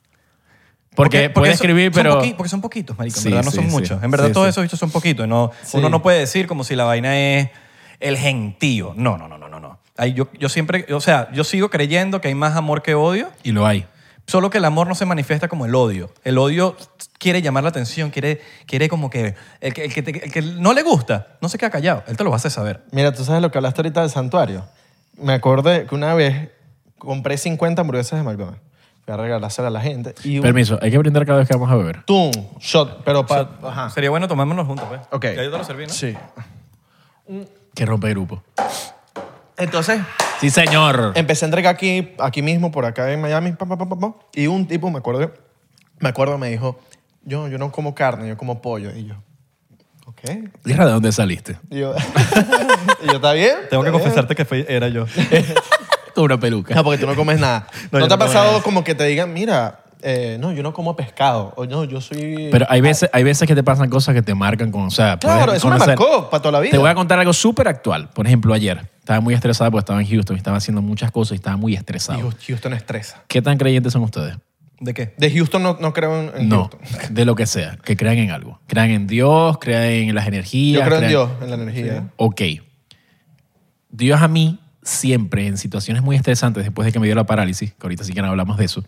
Porque, puedes son- escribir, son pero... poqui- porque son poquitos, marico. En Sí, verdad no sí, son sí. muchos. En verdad Sí, todos sí. esos bichos son poquitos. No, Sí. Uno no puede decir como si la vaina es el gentío. No, no, no, no, no. no. Ahí yo, yo siempre, o sea, yo sigo creyendo que hay más amor que odio, Y lo hay. solo que el amor no se manifiesta como el odio. El odio quiere llamar la atención, quiere, quiere como que el, que el que te- el que no le gusta, no se queda callado. Él te lo va a hacer saber. Mira, tú sabes lo que hablaste ahorita del santuario. Me acordé que una vez compré cincuenta hamburguesas de McDonald's. Fui a regalárselas a la gente. Y un Permiso, hay que brindar cada vez que vamos a beber. tum, shot, pero para... Ajá. Sería bueno tomármelos juntos, pues. Ok. Ya yo te lo serví, ¿no? Sí. Que rompe grupo. Entonces, Sí, señor. empecé a entregar aquí, aquí mismo, por acá en Miami, pa, pa, pa, pa, pa, y un tipo, me acuerdo, me acuerdo, me dijo, yo, yo no como carne, yo como pollo. Y yo, ok. Mira de dónde saliste. Y yo, y yo, ¿está bien? Tengo que ¿Está bien?" confesarte que fue, era yo. Con una peluca. No, porque tú no comes nada. No, ¿No, yo te ha no como pasado nada. como que te digan, mira, eh, no, yo no como pescado, o no, yo soy... Pero hay veces, hay veces que te pasan cosas que te marcan con, o sea, Claro, puedes eso me conocer- marcó para toda la vida. Te voy a contar algo súper actual. Por ejemplo, ayer estaba muy estresado porque estaba en Houston y estaba haciendo muchas cosas y estaba muy estresado. Y Houston estresa. ¿Qué tan creyentes son ustedes? ¿De qué? De Houston no, no creo en, en No, Houston. de lo que sea. Que crean en algo. Crean en Dios, crean en las energías. Yo creo en crean- Dios, en la energía. Ok. Dios a mí siempre, en situaciones muy estresantes, después de que me dio la parálisis, que ahorita sí que no hablamos de eso,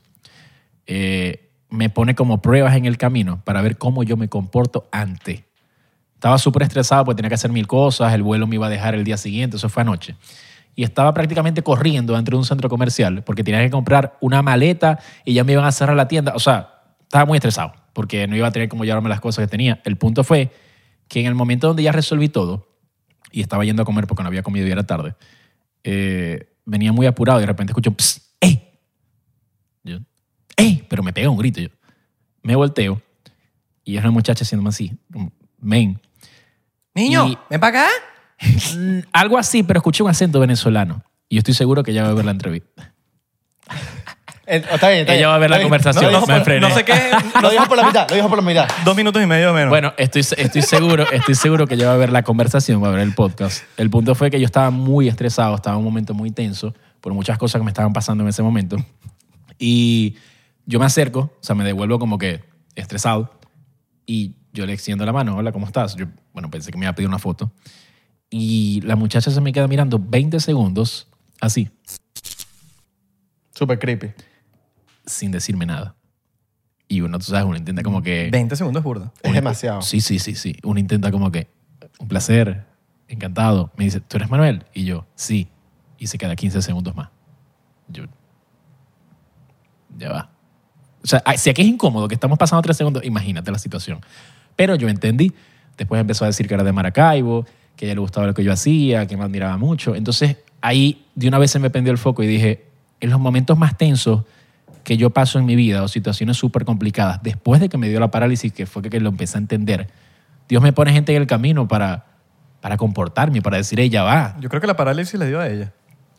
eh, me pone como pruebas en el camino para ver cómo yo me comporto ante. Estaba súper estresado porque tenía que hacer mil cosas, el vuelo me iba a dejar el día siguiente, eso fue anoche. Y estaba prácticamente corriendo dentro de un centro comercial porque tenía que comprar una maleta y ya me iban a cerrar la tienda. O sea, estaba muy estresado porque no iba a tener cómo llevarme las cosas que tenía. El punto fue que en el momento donde ya resolví todo y estaba yendo a comer porque no había comido y era tarde, eh, venía muy apurado y de repente escucho, "Psst, ¡ey! Yo, ¡ey! Pero me pega un grito. Yo me volteo Y es una muchacha haciéndome así, como, men. Niño, Y- ven para acá. Mm, Algo así, pero escuché un acento venezolano. Y yo estoy seguro que ella va a ver la entrevista. Eh, está bien, está bien. Ella va a ver la Está bien. conversación. Lo dijo Me por- frené. No sé qué. Lo dijo por la mitad, lo dijo por la mitad. Dos minutos y medio menos. Bueno, estoy, estoy seguro, estoy seguro que ella va a ver la conversación, va a ver el podcast. El punto fue que yo estaba muy estresado, estaba en un momento muy tenso por muchas cosas que me estaban pasando en ese momento. Y yo me acerco, o sea, me devuelvo como que estresado y yo le extiendo la mano. Hola, ¿cómo estás? Yo, bueno, pensé que me iba a pedir una foto. Y la muchacha se me queda mirando veinte segundos así, Súper creepy. sin decirme nada. Y uno, tú sabes, uno intenta como que... veinte segundos es burda. Es demasiado. Sí, sí, sí, sí. Uno intenta como que, un placer, encantado. Me dice, ¿tú eres Manuel? Y yo, sí. Y se queda quince segundos más. Yo, ya va. O sea, ay, si aquí es incómodo que estamos pasando tres segundos, imagínate la situación. Pero yo entendí. Después empezó a decir que era de Maracaibo, que a ella le gustaba lo que yo hacía, que me admiraba mucho. Entonces, ahí de una vez se me prendió el foco y dije, en los momentos más tensos que yo paso en mi vida o situaciones súper complicadas, después de que me dio la parálisis, que fue que, que lo empecé a entender, Dios me pone gente en el camino para, para comportarme, para decir, ella va. Yo creo que la parálisis le dio a ella.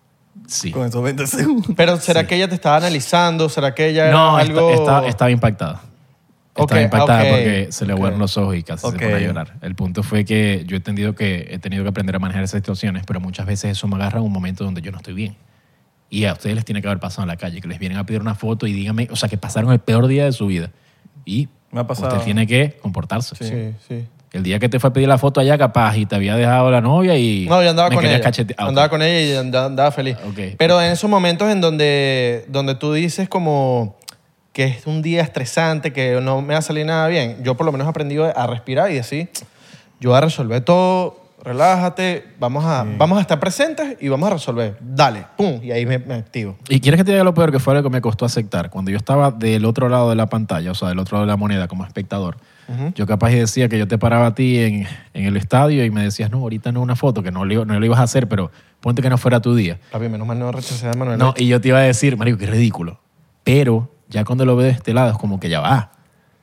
Sí. Con esos veinte segundos. Pero ¿será que ella te estaba analizando? ¿Será que ella era No, algo...? esta- esta- estaba impactada. Estaba Ok, impactada ok, porque se le ok. aguaron los ojos y casi Ok. se pone a llorar. El punto fue que yo he entendido que he tenido que aprender a manejar esas situaciones, pero muchas veces eso me agarra en un momento donde yo no estoy bien. Y a ustedes les tiene que haber pasado en la calle, que les vienen a pedir una foto y díganme, o sea, que pasaron el peor día de su vida. Y Me ha pasado. usted tiene que comportarse. Sí, sí. El día que te fue a pedir la foto allá, capaz, y te había dejado la novia y No, yo andaba me con querías ella. cachetear. Ah, ok. Andaba con ella y andaba, andaba feliz. Ok. Pero en esos momentos en donde, donde tú dices como que es un día estresante, que no me va a salir nada bien, yo por lo menos he aprendido a respirar y decir, yo voy a resolver todo, relájate, vamos a, vamos a estar presentes y vamos a resolver. Dale, pum, y ahí me, me activo. ¿Y quieres que te diga lo peor que fue lo que me costó aceptar? Cuando yo estaba del otro lado de la pantalla, o sea, del otro lado de la moneda como espectador, yo capaz y decía que yo te paraba a ti en, en el estadio y me decías, no, ahorita no una foto, que no lo, no lo ibas a hacer, pero ponte que no fuera tu día. Papi, menos mal no rechacé a Manuel. No, y yo te iba a decir, marico, qué ridículo. Pero ya cuando lo veo de este lado es como que ya va.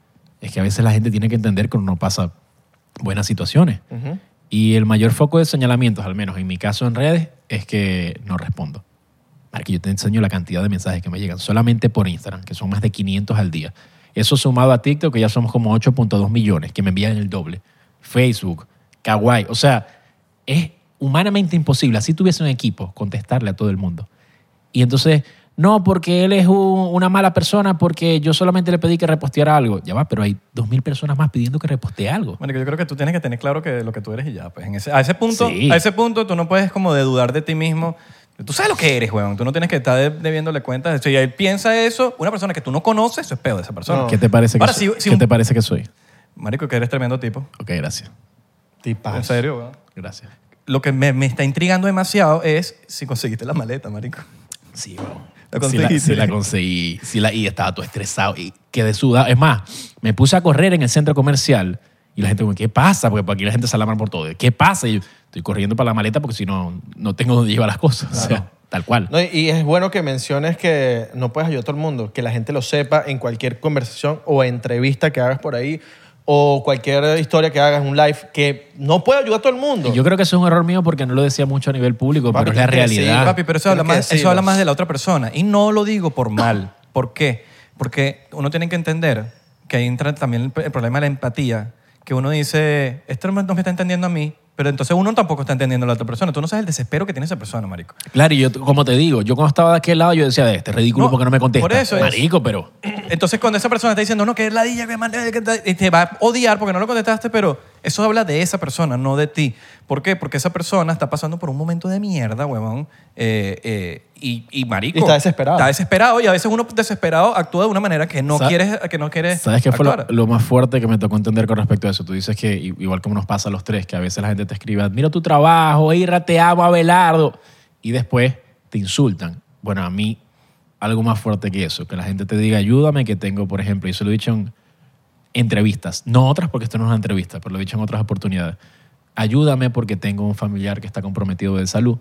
Es que a veces la gente tiene que entender que uno pasa buenas situaciones. Ujú. Y el mayor foco de señalamientos, al menos en mi caso en redes, es que no respondo. Marico, yo te enseño la cantidad de mensajes que me llegan solamente por Instagram, que son más de quinientos al día. Eso sumado a TikTok, que ya somos como ocho punto dos millones, que me envían el doble. Facebook, Kawaii. O sea, es humanamente imposible, así tuviese un equipo, contestarle a todo el mundo. Y entonces, no, porque él es un- una mala persona, porque yo solamente le pedí que reposteara algo. Ya va, pero hay dos mil personas más pidiendo que repostee algo. Marico, yo creo que tú tienes que tener claro que lo que tú eres y ya. Pues en ese, a, ese punto, Sí. a ese punto tú no puedes como de dudar de ti mismo. Tú sabes lo que eres, weón. Tú no tienes que estar de- debiéndole cuentas. Si él piensa eso, una persona que tú no conoces, eso es peor de esa persona. No. ¿Qué te parece que Ahora, soy? si- si ¿Qué un- te parece que soy? Marico, que eres tremendo tipo. Ok, gracias. Tipazo. En serio, weón. Gracias. Lo que me, me está intrigando demasiado es si conseguiste la maleta, marico. Sí, bro. ¿La Sí la, conseguiste? sí la conseguí. Sí la, y estaba todo estresado y quedé sudado. Es más, me puse a correr en el centro comercial y la gente como, ¿qué pasa? Porque por aquí la gente se alarma por todo. ¿Qué pasa? Y yo estoy corriendo para la maleta porque si no, no tengo dónde llevar las cosas. O sea, tal cual. No, y- y es bueno que menciones que no puedes ayudar a todo el mundo, que la gente lo sepa en cualquier conversación o entrevista que hagas por ahí o cualquier historia que hagas, un live, que no puede ayudar a todo el mundo. Y yo creo que eso es un error mío porque no lo decía mucho a nivel público, Papi, pero es la tienes que decir, realidad. Papi, pero eso habla, Tienes que más, eso decirlo. habla más de la otra persona. Y no lo digo por mal. ¿Por qué? Porque uno tiene que entender que ahí entra también el, el problema de la empatía. Que uno dice, esto no me está entendiendo a mí, pero entonces uno tampoco está entendiendo a la otra persona. Tú no sabes el desespero que tiene esa persona, marico. Claro, y yo, como te digo, yo cuando estaba de aquel lado, yo decía, de este ridículo No, porque no me contesta. por eso es. Marico, pero... Entonces, cuando esa persona está diciendo, no, que es ladilla, que mande- que tal", y te va a odiar porque no lo contestaste, pero eso habla de esa persona, no de ti. ¿Por qué? Porque esa persona está pasando por un momento de mierda, huevón, eh, eh, y, y marico. Y está desesperado. Está desesperado y a veces uno desesperado actúa de una manera que no Sa- quieres que no quieres ¿Sabes qué fue lo, actuar. lo más fuerte que me tocó entender con respecto a eso? Tú dices que, i- igual como nos pasa a los tres, que a veces la gente te escribe, admiro tu trabajo, Ira, te amo, Abelardo, y después te insultan. Bueno, a mí, algo más fuerte que eso, que la gente te diga, ayúdame, que tengo, por ejemplo, y eso lo he dicho en entrevistas, no otras porque esto no es una entrevista, pero lo he dicho en otras oportunidades. Ayúdame porque tengo un familiar que está comprometido de salud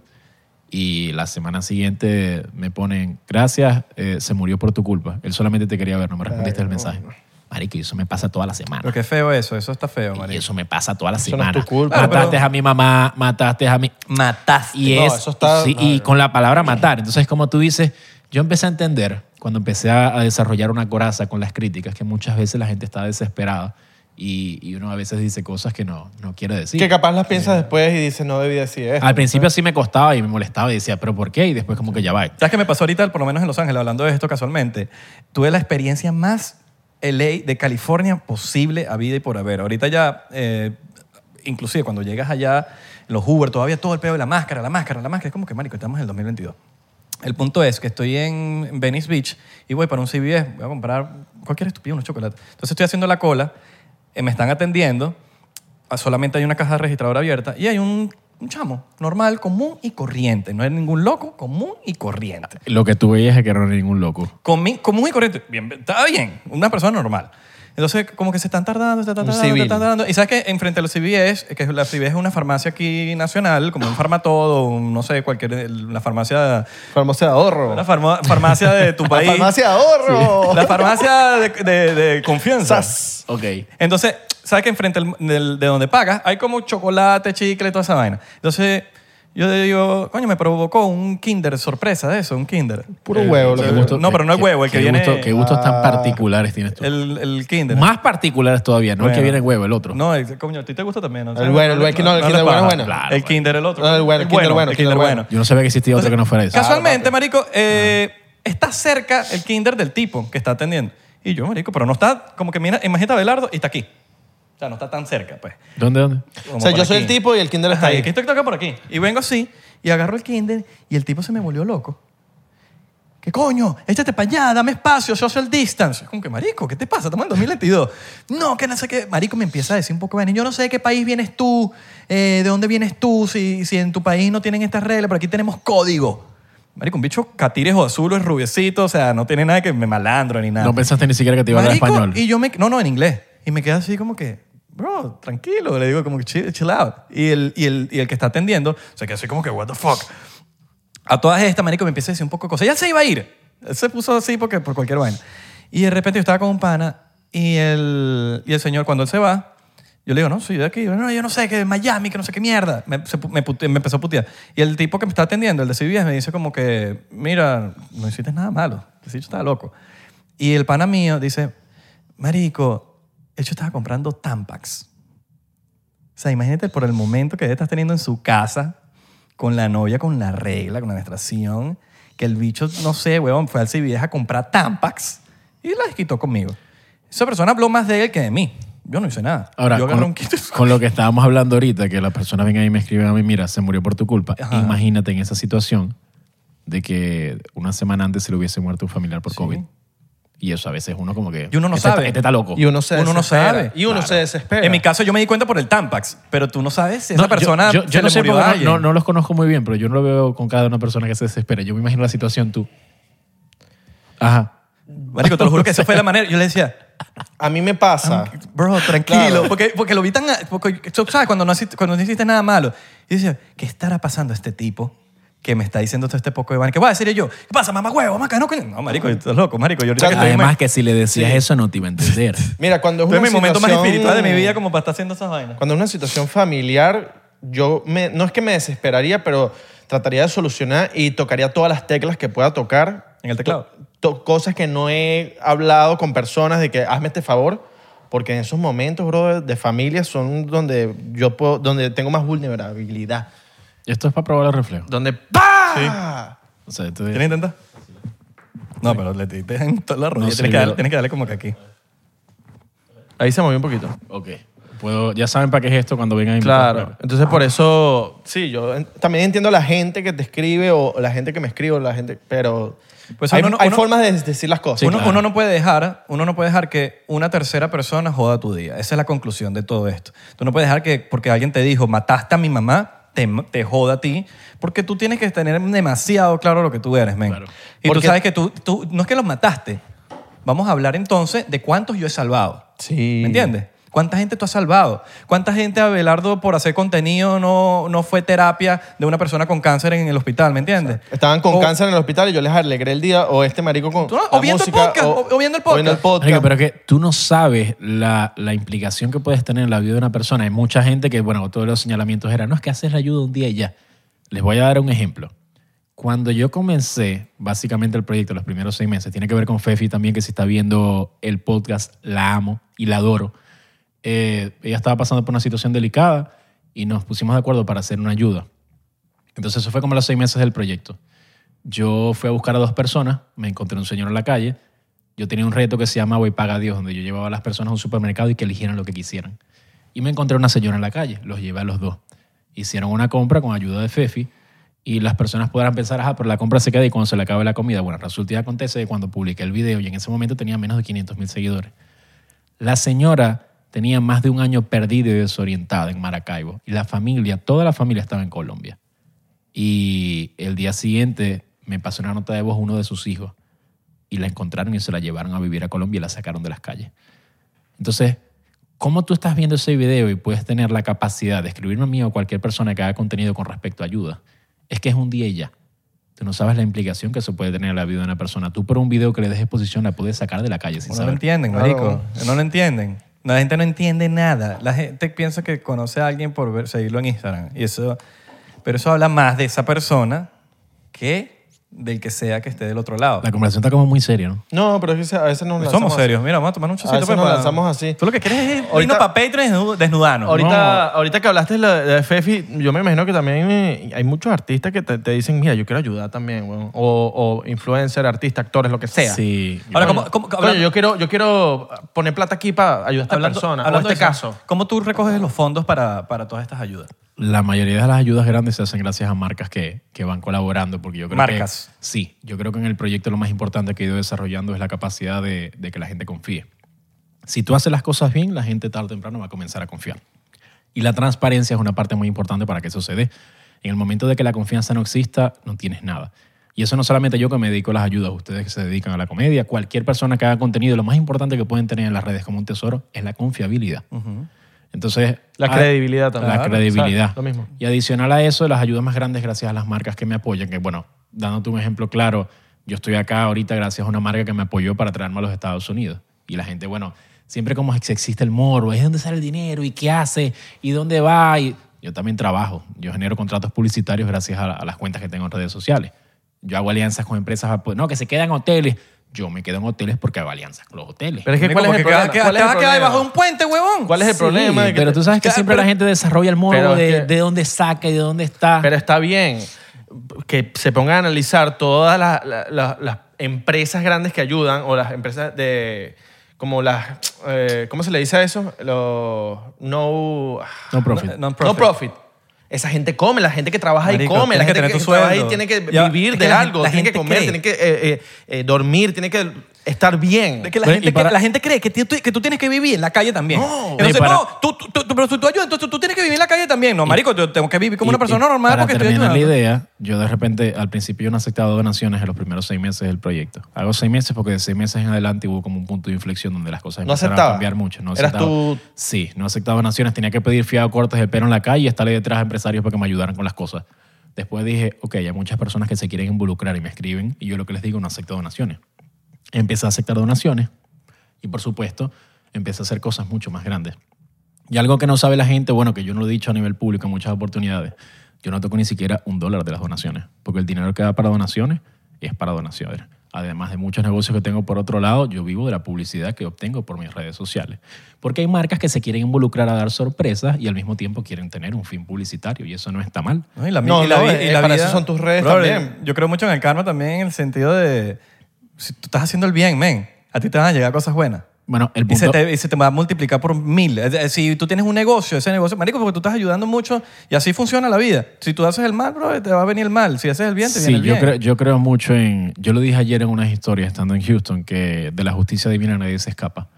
y la semana siguiente me ponen, gracias, eh, se murió por tu culpa. Él solamente te quería ver, no me respondiste Ay, el no, mensaje. no. Marico, y eso me pasa toda la semana. Pero qué feo eso, eso está feo, Y marico. eso me pasa toda la Eso no es semana. tu culpa. Claro, Mataste pero- a mi mamá, mataste a mi... Mataste. Y No, es, eso está- sí, y con la palabra matar. Entonces, como tú dices, yo empecé a entender cuando empecé a, a desarrollar una coraza con las críticas que muchas veces la gente está desesperada y, y uno a veces dice cosas que no, no quiere decir. Que capaz las piensas después y dices, no debí decir esto. Al principio sí me costaba y me molestaba y decía, ¿pero por qué? Y después como que ya va. ¿Sabes qué me pasó ahorita, por lo menos en Los Ángeles, hablando de esto casualmente? Tuve la experiencia más L A de California posible a vida y por haber. Ahorita ya, eh, inclusive cuando llegas allá, los Uber, todavía todo el pedo de la máscara, la máscara, la máscara. Es como que, marico, estamos en el dos mil veintidós. El punto es que estoy en Venice Beach y voy para un C V S, voy a comprar cualquier estúpido, unos chocolates. Entonces estoy haciendo la cola, eh, me están atendiendo, ah, solamente hay una caja registradora abierta y hay un, un chamo normal, común y corriente. No hay ningún loco, común y corriente. Lo que tú veías es que no era ningún loco. Comi- común y corriente. Bien, está bien, una persona normal. Entonces, como que se están tardando, se están Un tardando, se civil. están tardando. Y sabes que enfrente a los C V S, que la C V S es una farmacia aquí nacional, como un Farmatodo, un, no sé, cualquier, una farmacia, Farmacia de ahorro. una farma- farmacia de tu La país. farmacia de ahorro. La farmacia de, de- de confianza. Sas. Ok. Entonces, ¿sabes que enfrente del- del- de donde pagas hay como chocolate, chicle, toda esa vaina? Entonces, yo digo, coño, me provocó un Kinder sorpresa de eso, un Kinder. Puro huevo. Qué Lo que gusto- no, pero no es qué- huevo, el que qué viene- gusto- qué gustos tan Ah. particulares tienes tú. El, el Kinder. Más particulares todavía, no el que Bueno. viene en huevo, el otro. No, el, coño, a ti te gusta también. ¿no? El bueno, el bueno, no, el le Kinder bueno es paga. bueno. Claro, el Kinder, el otro. No, el bueno, el Kinder bueno, el Kinder Kinder bueno. Yo no sabía que existía otro que no fuera eso. Casualmente, marico, eh, está cerca el Kinder del tipo que está atendiendo. Y yo, marico, pero no está, como que mira, imagínate a Abelardo y está aquí. O sea, no está tan cerca, pues. ¿Dónde, dónde? Como O sea, por yo soy aquí. el tipo y el Kinder está Ajá, y ahí. aquí estoy acá por aquí. Y vengo así y agarro el Kinder y el tipo se me volvió loco. ¿Qué coño? Échate para allá, dame espacio, social distance. Es como que, marico, ¿qué te pasa? Estamos en dos mil veintidós. No, que no sé qué. Marico me empieza a decir un poco, bueno, yo no sé de qué país vienes tú, eh, de dónde vienes tú, si, si en tu país no tienen estas reglas, pero aquí tenemos código. Marico, un bicho catires o azul, es rubiecito, o sea, no tiene nada que me malandro ni nada. No pensaste ni siquiera que te iba a hablar Marico, español. Y yo me... No, no, en inglés. Y me quedo así como que, bro, tranquilo. Le digo como que chill, chill out. Y el, y, el, y el que está atendiendo se queda así como que, what the fuck. A todas estas, marico, me empieza a decir un poco de cosas. Ya se iba a ir. Él se puso así porque, por cualquier vaina. Y de repente yo estaba con un pana y el, y el señor, cuando él se va, yo le digo, no, soy de aquí. No, yo no sé, que de Miami, que no sé qué mierda. Me, se pu- me, pute- me empezó a putear. Y el tipo que me está atendiendo, el de C B S, me dice como que, mira, no hiciste nada malo. El bicho estaba loco. Y el pana mío dice, marico, el hecho estaba comprando Tampax. O sea, imagínate por el momento que él estás teniendo en su casa con la novia, con la regla, con la menstruación, que el bicho, no sé, huevón, fue al C V S a comprar Tampax y la quitó conmigo. Esa persona habló más de él que de mí. Yo no hice nada. Ahora, yo agarré con, un kit. con lo que estábamos hablando ahorita, que las personas vengan y me escriben a mí, mira, se murió por tu culpa. Ajá. Imagínate en esa situación de que una semana antes se le hubiese muerto un familiar por Sí. COVID. Y eso a veces uno como que... Y uno no este sabe. Está, este está loco. Y uno se Uno no desespera. sabe. Y uno Claro. se desespera. En mi caso yo me di cuenta por el Tampax, pero tú no sabes si esa No, yo- persona yo, yo se no le sé murió porque a no, alguien. no, no los conozco muy bien, pero yo no lo veo con cada una persona que se desespera. Yo me imagino la situación tú. Ajá. Marico, te lo juro que esa fue la manera. Yo le decía, A mí me pasa. bro, tranquilo. Claro. Porque, porque lo vi tan... Porque, tú ¿sabes? Cuando no, hiciste, cuando no hiciste nada malo. Y decía, ¿qué estará pasando a este tipo que me está diciendo todo este poco de vaina? ¿Qué voy a decir yo? ¿Qué pasa, mamá huevo, maca? No, coño. No, marico, estás loco, marico. Yo ahorita que estoy en Además mi- que si le decías Sí. eso no te iba a entender. Mira, cuando es estoy una en mi momento más situación- espiritual de mi vida como para estar haciendo esas vainas. Cuando es una situación familiar, yo me, no es que me desesperaría, pero trataría de solucionar y tocaría todas las teclas que pueda tocar. En el teclado. To- cosas que no he hablado con personas de que hazme este favor, porque en esos momentos, bro, de familia son donde yo puedo, donde tengo más vulnerabilidad. Esto es para probar el reflejo. Donde ¡pah! O sea, esto es- ¿Quieres intentar? No, pero le te en toda la rodilla. No tienes, que sirvió. darle, tienes que darle como que aquí. Ahí se movió un poquito. Ok. Puedo, ya saben para qué es esto cuando vengan a Claro. Entonces, por eso, sí, yo en- también entiendo la gente que te escribe o la gente que me escribe o la gente, pero Pues hay, uno no- hay uno- formas de decir las cosas. Sí, uno, claro. uno no puede dejar, uno no puede dejar que una tercera persona joda tu día. Esa es la conclusión de todo esto. Tú no puedes dejar que porque alguien te dijo, mataste a mi mamá, te, te joda a ti, porque tú tienes que tener demasiado claro lo que tú eres, men. Claro. Y Porque- tú sabes que tú, tú, no es que los mataste. Vamos a hablar entonces de cuántos yo he salvado. Sí. ¿Me entiendes? ¿Cuánta gente tú has salvado? ¿Cuánta gente, Abelardo, por hacer contenido no, no fue terapia de una persona con cáncer en el hospital? ¿Me entiendes? Estaban con O- cáncer en el hospital y yo les alegré el día, o este marico con Tú no- la o viendo el música, podcast, o- o viendo el podcast. Marico, pero que tú no sabes la, la implicación que puedes tener en la vida de una persona. Hay mucha gente que, bueno, todos los señalamientos eran, no, es que haces la ayuda un día y ya. Les voy a dar un ejemplo. Cuando yo comencé, básicamente el proyecto, los primeros seis meses, tiene que ver con Fefi también, que si está viendo el podcast, la amo y la adoro. Eh, ella estaba pasando por una situación delicada y nos pusimos de acuerdo para hacer una ayuda. Entonces eso fue como los seis meses del proyecto. Yo fui a buscar a dos personas, me encontré un señor en la calle. Yo tenía un reto que se llama Voy Paga a Dios, donde yo llevaba a las personas a un supermercado y que eligieran lo que quisieran. Y me encontré una señora en la calle, los llevé a los dos. Hicieron una compra con ayuda de Fefi y las personas podrán pensar, ajá, pero la compra se queda y cuando se le acabe la comida. Bueno, resulta y acontece que cuando publiqué el video y en ese momento tenía menos de quinientos mil seguidores. La señora tenía más de un año perdida y desorientada en Maracaibo y la familia, toda la familia estaba en Colombia. Y el día siguiente me pasó una nota de voz uno de sus hijos y la encontraron y se la llevaron a vivir a Colombia y la sacaron de las calles. Entonces, ¿cómo tú estás viendo ese video y puedes tener la capacidad de escribirme a mí o a cualquier persona que haga contenido con respecto a ayuda? Es que es un día y ya. Tú no sabes la implicación que eso puede tener en la vida de una persona. Tú por un video que le des exposición la puedes sacar de la calle sin No saber. lo entienden, Claro. marico. No lo entienden. La gente no entiende nada. La gente piensa que conoce a alguien por ver- seguirlo en Instagram. Y eso, pero eso habla más de esa persona que del que sea que esté del otro lado. La conversación está como muy seria, ¿no? No, pero es que a veces nos Pues lanzamos somos serios. Mira, vamos a tomar un chocito. veces pues, nos para- lanzamos así. Tú lo que quieres es Ahorita- irnos para Patreon y desnu- desnudarnos. Ahorita, ahorita que hablaste de, la- de Fefi, yo me imagino que también eh, hay muchos artistas que te, te dicen, mira, yo quiero ayudar también, weón. o, o influencer, artista, actores, lo que sea. Sí. Ahora, Coño, ¿cómo- cómo- coño, hablando- yo, quiero, yo quiero poner plata aquí para ayudar a esta Hablando- persona, o hablando este de eso, caso. ¿cómo tú recoges los fondos para, para todas estas ayudas? La mayoría de las ayudas grandes se hacen gracias a marcas que, que van colaborando, porque yo creo Marcas. que... Sí, yo creo que en el proyecto lo más importante que he ido desarrollando es la capacidad de, de que la gente confíe. Si tú haces las cosas bien, la gente tarde o temprano va a comenzar a confiar. Y la transparencia es una parte muy importante para que eso se dé. En el momento de que la confianza no exista, no tienes nada. Y eso no solamente yo que me dedico a las ayudas, ustedes que se dedican a la comedia, cualquier persona que haga contenido, lo más importante que pueden tener en las redes como un tesoro es la confiabilidad. Entonces, La a- credibilidad también. La Claro, credibilidad. exacto, lo mismo. Y adicional a eso, las ayudas más grandes gracias a las marcas que me apoyan, que bueno, dándote un ejemplo claro, yo estoy acá ahorita gracias a una marca que me apoyó para traerme a los Estados Unidos. Y la gente, bueno, siempre como que existe el morbo, es de dónde sale el dinero y qué hace y dónde va. Y yo también trabajo, yo genero contratos publicitarios gracias a, a las cuentas que tengo en redes sociales. Yo hago alianzas con empresas, no, que se quedan en hoteles. Yo me quedo en hoteles porque hago alianzas con los hoteles. Pero es que, Marico, ¿cuál es el porque problema? te- ¿Cuál te es el vas a quedar problema? debajo de un puente, huevón. ¿Cuál es el Sí, problema? de que pero te- tú sabes que Claro, siempre pero- la gente desarrolla el morbo pero es de, que- de dónde saca y de dónde está. Pero está bien que se pongan a analizar todas las, las- las- las empresas grandes que ayudan o las empresas de... Como las... eh, ¿Cómo se le dice a eso? Los... No... no profit. No- No profit. Esa gente come, la gente que trabaja Marico, y come, la tienes que gente tener que, tu trabaja y sueldo. tiene que Ya, vivir es de que la algo, gente- la tiene que gente comer, cree. tiene que eh, eh, eh, dormir, tiene que estar bien. Es que la, Bueno, gente, y para- que, la gente cree que, tú- que tú tienes que vivir en la calle también. No. Entonces, Y para- no, tú, tú, tú- pero si tú ayudas, entonces tú tienes que vivir en la calle también. No, marico, yo tengo que vivir como Y- una persona y normal para porque estoy terminar ayudando. la idea, yo de repente, al principio yo no aceptaba donaciones en los primeros seis meses del proyecto. Hago seis meses porque de seis meses en adelante hubo como un punto de inflexión donde las cosas ¿No empezaron aceptaba? a cambiar mucho. No ¿Eras aceptaba. tú- Sí, no aceptaba donaciones. Tenía que pedir fiado cortes de pelo en la calle y estarle detrás a empresarios para que me ayudaran con las cosas. Después dije, ok, hay muchas personas que se quieren involucrar y me escriben y yo lo que les digo, no acepto donaciones. Empecé a aceptar donaciones y, por supuesto, empecé a hacer cosas mucho más grandes. Y algo que no sabe la gente, bueno, que yo no lo he dicho a nivel público en muchas oportunidades, yo no toco ni siquiera un dólar de las donaciones, porque el dinero que da para donaciones es para donaciones. Además de muchos negocios que tengo por otro lado, yo vivo de la publicidad que obtengo por mis redes sociales. Porque hay marcas que se quieren involucrar a dar sorpresas y al mismo tiempo quieren tener un fin publicitario y eso no está mal. No, y la, No, y la no, vi- eh, y la para vida- eso son tus redes Brother, también. Yo creo mucho en el karma también en el sentido de si tú estás haciendo el bien, men, a ti te van a llegar cosas buenas. Bueno, el Y se, punto... te, y se te va a multiplicar por mil. Es decir, Si tú tienes un negocio, ese negocio, marico, porque tú estás ayudando mucho y así funciona la vida. Si tú haces el mal, bro, te va a venir el mal. Si haces el bien, te Sí, viene el yo bien. creo, yo creo mucho en... Yo lo dije ayer en unas historias estando en Houston, que de la justicia divina nadie se escapa.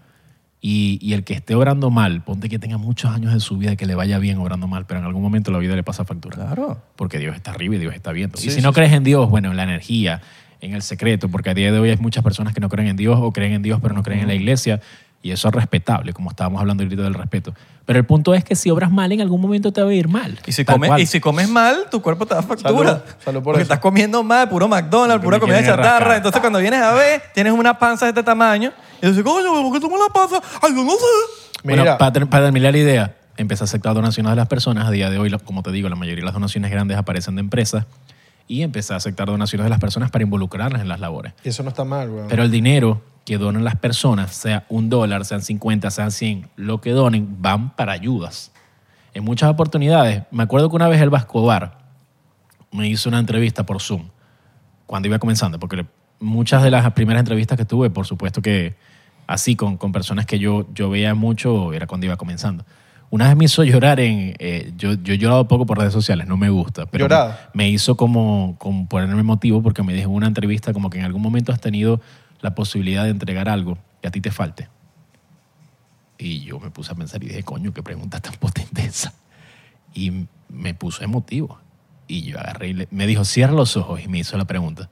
Y, y el que esté obrando mal, ponte que tenga muchos años de su vida que le vaya bien obrando mal, pero en algún momento la vida le pasa factura. Claro. Porque Dios está arriba y Dios está viendo. Sí, y si sí, no sí. crees en Dios, bueno, en la energía, en el secreto, porque a día de hoy hay muchas personas que no creen en Dios o creen en Dios pero no creen en la iglesia. Y eso es respetable, como estábamos hablando ahorita del respeto. Pero el punto es que si obras mal, en algún momento te va a ir mal. Y si, Tal comes, cual. y si comes mal, tu cuerpo te da factura. Salud, salud por Porque eso. estás comiendo mal, puro McDonald's, Porque pura me comida quieren chatarra. rascar. Entonces cuando vienes a ver, tienes una panza de este tamaño. Y dices, coño, ¿por qué tengo la panza? Ay, yo no sé. Bueno, Mira. para, ter- para terminar la idea, empecé a aceptar donaciones de las personas. A día de hoy, lo- como te digo, la mayoría de las donaciones grandes aparecen de empresas. Y empecé a aceptar donaciones de las personas para involucrarlas en las labores. Y eso no está mal, weón. Pero el dinero que donan las personas, sea un dólar, sean cincuenta, sean cien, lo que donen, van para ayudas. En muchas oportunidades, me acuerdo que una vez el Escobar me hizo una entrevista por Zoom, cuando iba comenzando, porque le- muchas de las primeras entrevistas que tuve, por supuesto que así, con, con personas que yo, yo veía mucho, era cuando iba comenzando. Una vez me hizo llorar en... eh, yo, yo he llorado poco por redes sociales, no me gusta. Pero ¿Llorado? me, me hizo como, como ponerme emotivo porque me dijo en una entrevista como que en algún momento has tenido la posibilidad de entregar algo que a ti te falte. Y yo me puse a pensar y dije, coño, qué pregunta tan potente esa. Y me puso emotivo. Y yo agarré y le- me dijo, cierra los ojos, y me hizo la pregunta.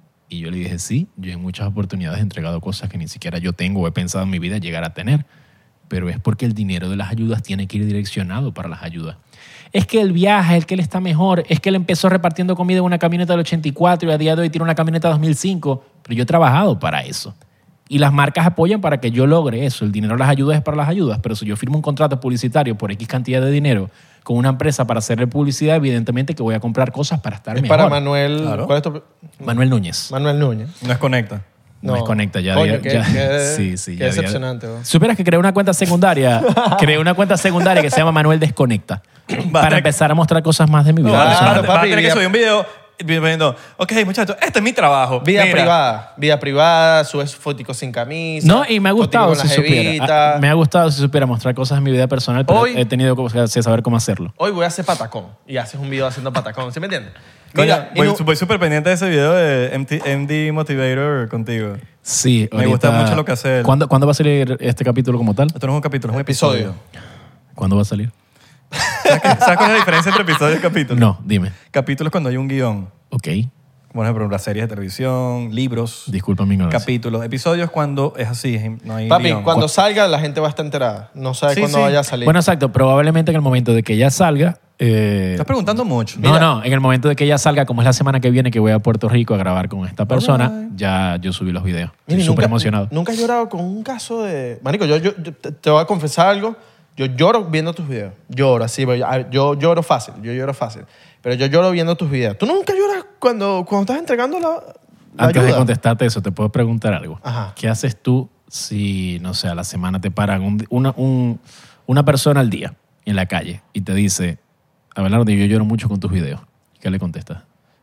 Y yo le dije, sí, yo en muchas oportunidades he entregado cosas que ni siquiera yo tengo o he pensado en mi vida llegar a tener. Pero es porque el dinero de las ayudas tiene que ir direccionado para las ayudas. Es que él viaja, es que él está mejor, es que él empezó repartiendo comida en una camioneta del ochenta y cuatro y a día de hoy tiene una camioneta dos mil cinco. Pero yo he trabajado para eso. Y las marcas apoyan para que yo logre eso. El dinero de las ayudas es para las ayudas, pero si yo firmo un contrato publicitario por X cantidad de dinero con una empresa para hacerle publicidad, evidentemente que voy a comprar cosas para estar Es mejor. para Manuel... Claro. ¿Cuál es tu...? Manuel Núñez. Manuel Núñez. No es conecta. No, es conecta ya. Coño, ya- qué, ya- qué- sí, sí, qué ya- ya- decepcionante, weón. Supieras que creé una cuenta secundaria, creé una cuenta secundaria que se llama Manuel Desconecta para tener- empezar a mostrar cosas más de mi vida Claro, personal. vas a papi, tener que vida- subir un video diciendo, ok, muchachos, este es mi trabajo. Vida Mira, privada. Vida privada, subes foticos sin camisa. No, y me ha gustado foticos si con la supiera. jevita. Ah, Me ha gustado si supiera mostrar cosas en mi vida personal, pero Hoy- he tenido que saber cómo hacerlo. Hoy voy a hacer patacón. Y haces un video haciendo patacón. ¿Sí me entiendes? Coño, Mira, y voy, no- voy súper pendiente de ese video de M T M D Motivator contigo. Sí, Me gusta mucho lo que hace él. ¿Cuándo, ¿Cuándo va a salir este capítulo como tal? Esto no es un capítulo, es un Episodio. episodio. ¿Cuándo va a salir? ¿Sabes, qué- ¿Sabes cuál es la diferencia entre episodio y capítulo? No, dime. Capítulo es cuando hay un guión. Ok, Por ejemplo, las series de televisión, libros, disculpa mi ignorancia. capítulos. Episodio es cuando es así, es- no hay Papi, guión. cuando salga la gente va a estar enterada. No sabe Sí, cuándo sí. vaya a salir. Bueno, exacto. Probablemente en el momento de que ya salga... eh, Estás preguntando mucho. no, no. En el momento de que ya salga, como es la semana que viene que voy a Puerto Rico a grabar con esta persona, Alright. ya yo subí los videos. Mira, Estoy y súper nunca- emocionado. Nunca he llorado con un caso de... Marico, yo, yo- yo te, te voy a confesar algo. Yo lloro viendo tus videos. Lloro, así. Yo, yo lloro fácil. Yo lloro fácil. Pero yo lloro viendo tus videos. ¿Tú nunca lloras cuando, cuando estás entregando la, la Antes ayuda? de contestarte eso, te puedo preguntar algo. Ajá. ¿Qué haces tú si, no sé, a la semana te paran un- una, un- una persona al día en la calle y te dice, Abelardo, yo lloro mucho con tus videos? ¿Qué le contestas?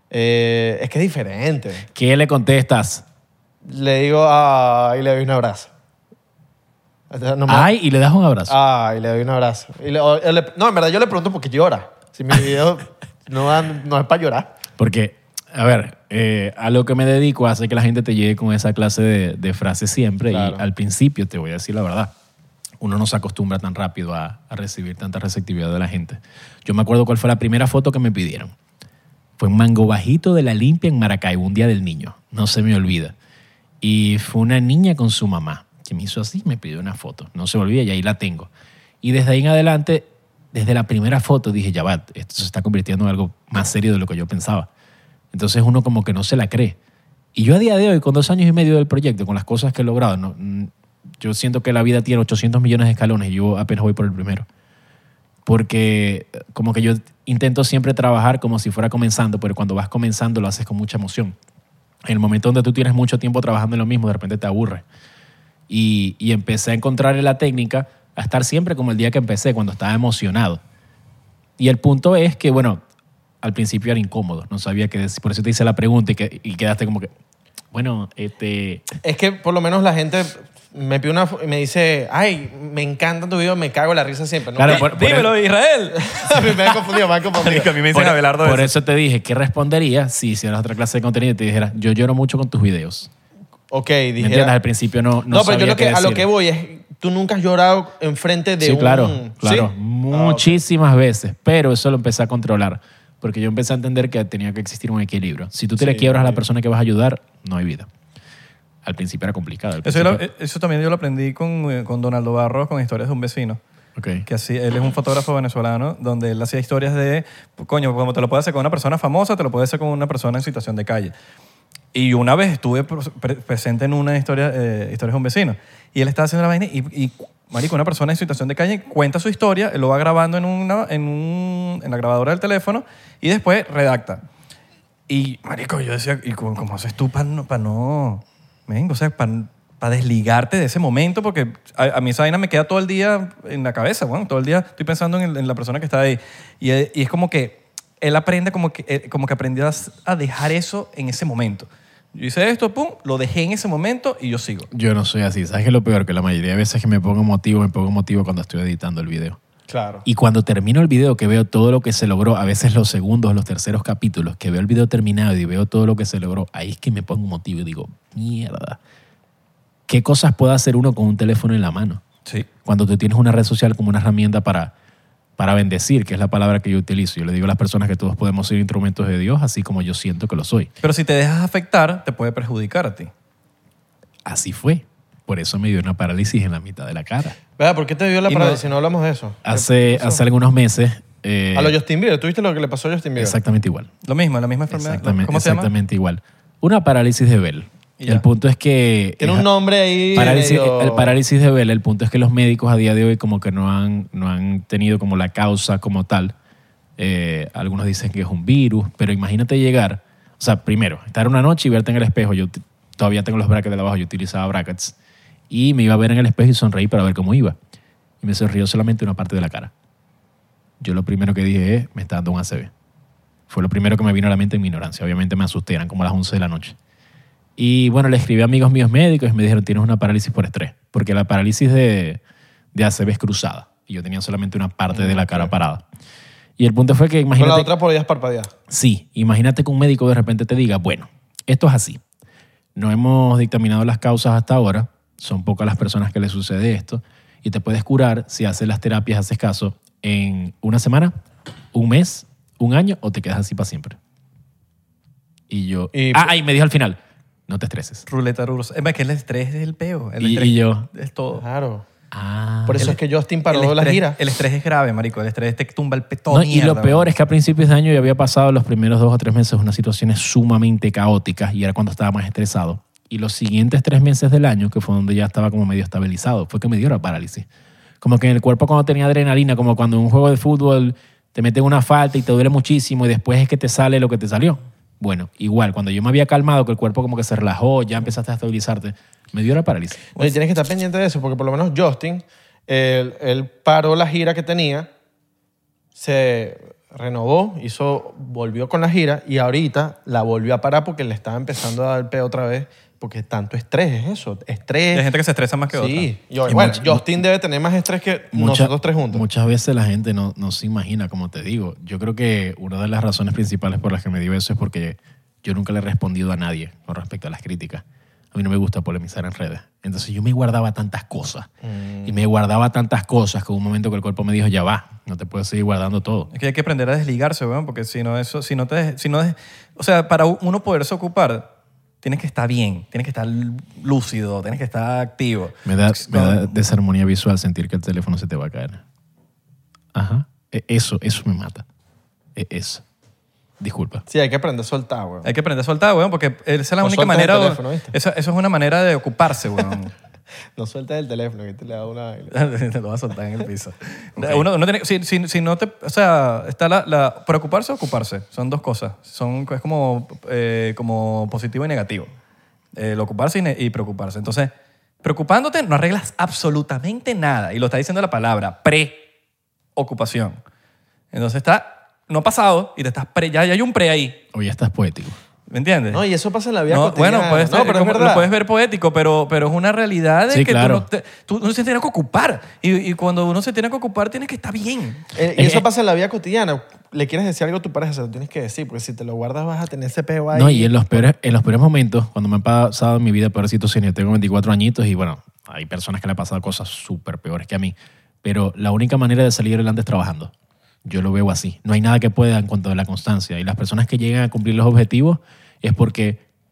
Eh, es que es diferente. ¿Qué le contestas? Le digo, ay, le doy un abrazo. No me- Ay, y le das un abrazo. Ay, le doy un abrazo. Y le- o- le- no, en verdad yo le pregunto por qué llora. Si mi video no, dan- no es para llorar. Porque, a ver, eh, a lo que me dedico hace que la gente te llegue con esa clase de, de frases siempre. Claro. Y al principio, te voy a decir la verdad, uno no se acostumbra tan rápido a, a recibir tanta receptividad de la gente. Yo me acuerdo cuál fue la primera foto que me pidieron. Fue en Mango Bajito de la Limpia en Maracaibo, un día del niño. No se me olvida. Y fue una niña con su mamá que me hizo así, me pidió una foto. No se me olvida y ahí la tengo. Y desde ahí en adelante, desde la primera foto dije, ya va, esto se está convirtiendo en algo más serio de lo que yo pensaba. Entonces uno como que no se la cree. Y yo a día de hoy, con dos años y medio del proyecto, con las cosas que he logrado, no, mm, yo siento que la vida tiene ochocientos millones de escalones y yo apenas voy por el primero. Porque eh, como que yo intento siempre trabajar como si fuera comenzando, pero cuando vas comenzando lo haces con mucha emoción. En el momento donde tú tienes mucho tiempo trabajando en lo mismo, de repente te aburre. Y, y empecé a encontrarle la técnica a estar siempre como el día que empecé, cuando estaba emocionado. Y el punto es que, bueno, al principio era incómodo, no sabía qué decir. Por eso te hice la pregunta y, que, y quedaste como que, bueno, este... Es que por lo menos la gente me pide una fo- y me dice, ay, me encanta tu video, me cago en la risa siempre. ¿no? Claro, Me- por- Dímelo, Israel. me he confundido, me he confundido. Marico, a mí me dicen Por, Abelardo por eso. eso te dije, ¿qué responderías si hicieras otra clase de contenido y te dijera, yo lloro mucho con tus videos? Ok, ¿Me dijera... entiendes? Al principio no, no, No, pero yo sabía lo que, qué a lo decir. que voy es, tú nunca has llorado enfrente de Sí, un... claro, claro. ¿Sí? Muchísimas veces, pero eso lo empecé a controlar. Porque yo empecé a entender que tenía que existir un equilibrio. Si tú te le Sí, quiebras a la sí. persona que vas a ayudar, no hay vida. al principio era complicado. Al Eso, yo lo- principio- eso también yo lo aprendí con, eh, con Donaldo Barros, con Historias de un Vecino. Ok. Que así, él es un fotógrafo venezolano donde él hacía historias de, coño, como te lo puede hacer con una persona famosa, te lo puede hacer con una persona en situación de calle. Y una vez estuve pre- presente en una historia, eh, Historias de un Vecino, y él estaba haciendo la vaina y, y, marico, una persona en situación de calle cuenta su historia, él lo va grabando en, una, en, un, en la grabadora del teléfono y después redacta. Y, marico, yo decía, ¿y cómo, cómo haces tú para no, pa no, vengo, o sea, para desligarte de ese momento? Porque a, a mí esa vaina me queda todo el día en la cabeza, bueno, todo el día estoy pensando en, el- en la persona que está ahí. Y, y es como que él aprende como que, eh, como que aprendió a, a dejar eso en ese momento. Yo hice esto, pum, lo dejé en ese momento y yo sigo. Yo no soy así. ¿Sabes qué es lo peor? Que la mayoría de veces que me pongo emotivo, me pongo emotivo cuando estoy editando el video. Claro. Y cuando termino el video, que veo todo lo que se logró, a veces los segundos, los terceros capítulos, que veo el video terminado y veo todo lo que se logró, ahí es que me pongo emotivo y digo, mierda, ¿qué cosas puede hacer uno con un teléfono en la mano? Sí. Cuando tú tienes una red social como una herramienta para, para bendecir, que es la palabra que yo utilizo. Yo le digo a las personas que todos podemos ser instrumentos de Dios, así como yo siento que lo soy. Pero si te dejas afectar, te puede perjudicar a ti. Así fue. Por eso me dio una parálisis en la mitad de la cara. ¿Verdad? ¿Por qué te dio la Y no- parálisis? Si no hablamos de eso. Hace, ¿Qué pasó? hace algunos meses... eh, A lo Justin Bieber. ¿Tú viste lo que le pasó a Justin Bieber? exactamente igual. Lo mismo, la misma enfermedad. Exactamente, ¿Cómo se llama? exactamente igual. Una parálisis de Bell. Y ya. El punto es que... Tiene es- un nombre ahí parálisis, medio- El parálisis de Bell, el punto es que los médicos a día de hoy como que no han, no han tenido como la causa como tal. Eh, algunos dicen que es un virus, pero imagínate llegar, o sea, primero, estar una noche y verte en el espejo. Yo t- todavía tengo los brackets de abajo, yo utilizaba brackets, y me iba a ver en el espejo y sonreí para ver cómo iba. Y me sonrió solamente una parte de la cara. Yo lo primero que dije es, me está dando un A C V. Fue lo primero que me vino a la mente en mi ignorancia. Obviamente me asusté, eran como las once de la noche. Y bueno, le escribí a amigos míos médicos y me dijeron, tienes una parálisis por estrés. Porque la parálisis de, de A C V es cruzada. Y yo tenía solamente una parte de la cara parada. Y el punto fue que Con imagínate... la otra podías parpadear. Sí, imagínate que un médico de repente te diga, bueno, esto es así. No hemos dictaminado las causas hasta ahora. Son pocas las personas que les sucede esto. Y te puedes curar si haces las terapias, haces caso, en una semana, un mes, un año o te quedas así para siempre. Y yo... Y- ah, y me dijo al final, no te estreses. Ruleta rusa. Es que el estrés es el peo. El Y- estrés y yo- es todo. Claro. Ah. Por eso es que Justin paró el la estrés- gira. El estrés es grave, marico. El estrés te tumba el peto. No, y lo peor es que a principios de año yo había pasado los primeros dos o tres meses unas situaciones sumamente caóticas y era cuando estaba más estresado. Y los siguientes tres meses del año, que fue donde ya estaba como medio estabilizado, fue que me dio la parálisis. Como que en el cuerpo cuando tenía adrenalina, como cuando en un juego de fútbol te meten una falta y te duele muchísimo y después es que te sale lo que te salió. Bueno, igual, cuando yo me había calmado, que el cuerpo como que se relajó, ya empezaste a estabilizarte, me dio la parálisis. Oye, tienes que estar pendiente de eso, porque por lo menos Justin, él, él paró la gira que tenía, se renovó, hizo, volvió con la gira y ahorita la volvió a parar porque le estaba empezando a dar el peo otra vez, porque tanto estrés es eso, estrés. Hay gente que se estresa más que otra. Sí, y, Y bueno, mucha- Justin debe tener más estrés que Mucha- nosotros tres juntos. Muchas veces la gente no, no se imagina, como te digo. Yo creo que una de las razones principales por las que me dio eso es porque yo nunca le he respondido a nadie con respecto a las críticas. A mí no me gusta polemizar en redes. Entonces yo me guardaba tantas cosas. Y me guardaba tantas cosas que hubo un momento que el cuerpo me dijo, ya va, no te puedes seguir guardando todo. Es que hay que aprender a desligarse, weón, porque si no, eso, si no te, si no, o sea, para uno poderse ocupar, tienes que estar bien, tienes que estar lúcido, tienes que estar activo. Me da, me da desarmonía visual sentir que el teléfono se te va a caer. Ajá. E- Eso, eso me mata. E- Eso. Disculpa. Sí, hay que aprender a soltar, güey. Hay que aprender a soltar, weón, porque esa es la No única sueltes el manera. teléfono, ¿viste? Eso, eso es una manera de ocuparse, weón. No sueltes el teléfono, que te le da una vaina. Te lo vas a soltar en el piso. Uno, uno tiene, si, si, si no te, o sea, está la, la preocuparse o ocuparse. Son dos cosas. Son, es como, eh, como positivo y negativo. El ocuparse y, ne- y preocuparse. Entonces, preocupándote no arreglas absolutamente nada. Y lo está diciendo la palabra, preocupación. Entonces está, no ha pasado y te estás pre, ya, ya hay un pre ahí. Hoy estás poético. ¿Me entiendes? No, y eso pasa en la vida No, cotidiana. bueno, puedes, no, pero es como- verdad. lo puedes ver poético, pero, pero es una realidad de Sí, que claro. tú, no te- tú- uno se tiene que ocupar. Y, y cuando uno se tiene que ocupar, tienes que estar bien. Eh, y eso Eh, pasa en la vida cotidiana. Le quieres decir algo a tu pareja, se lo tienes que decir, porque si te lo guardas vas a tener ese peo ahí. No, y en los, peores, en los peores momentos, cuando me han pasado en mi vida peores situaciones, yo tengo veinticuatro añitos y bueno, hay personas que le han pasado cosas súper peores que a mí, pero la única manera de salir adelante es trabajando. Yo lo veo así. No hay nada que pueda en cuanto a la constancia. Y las personas que llegan a cumplir los objetivos es porque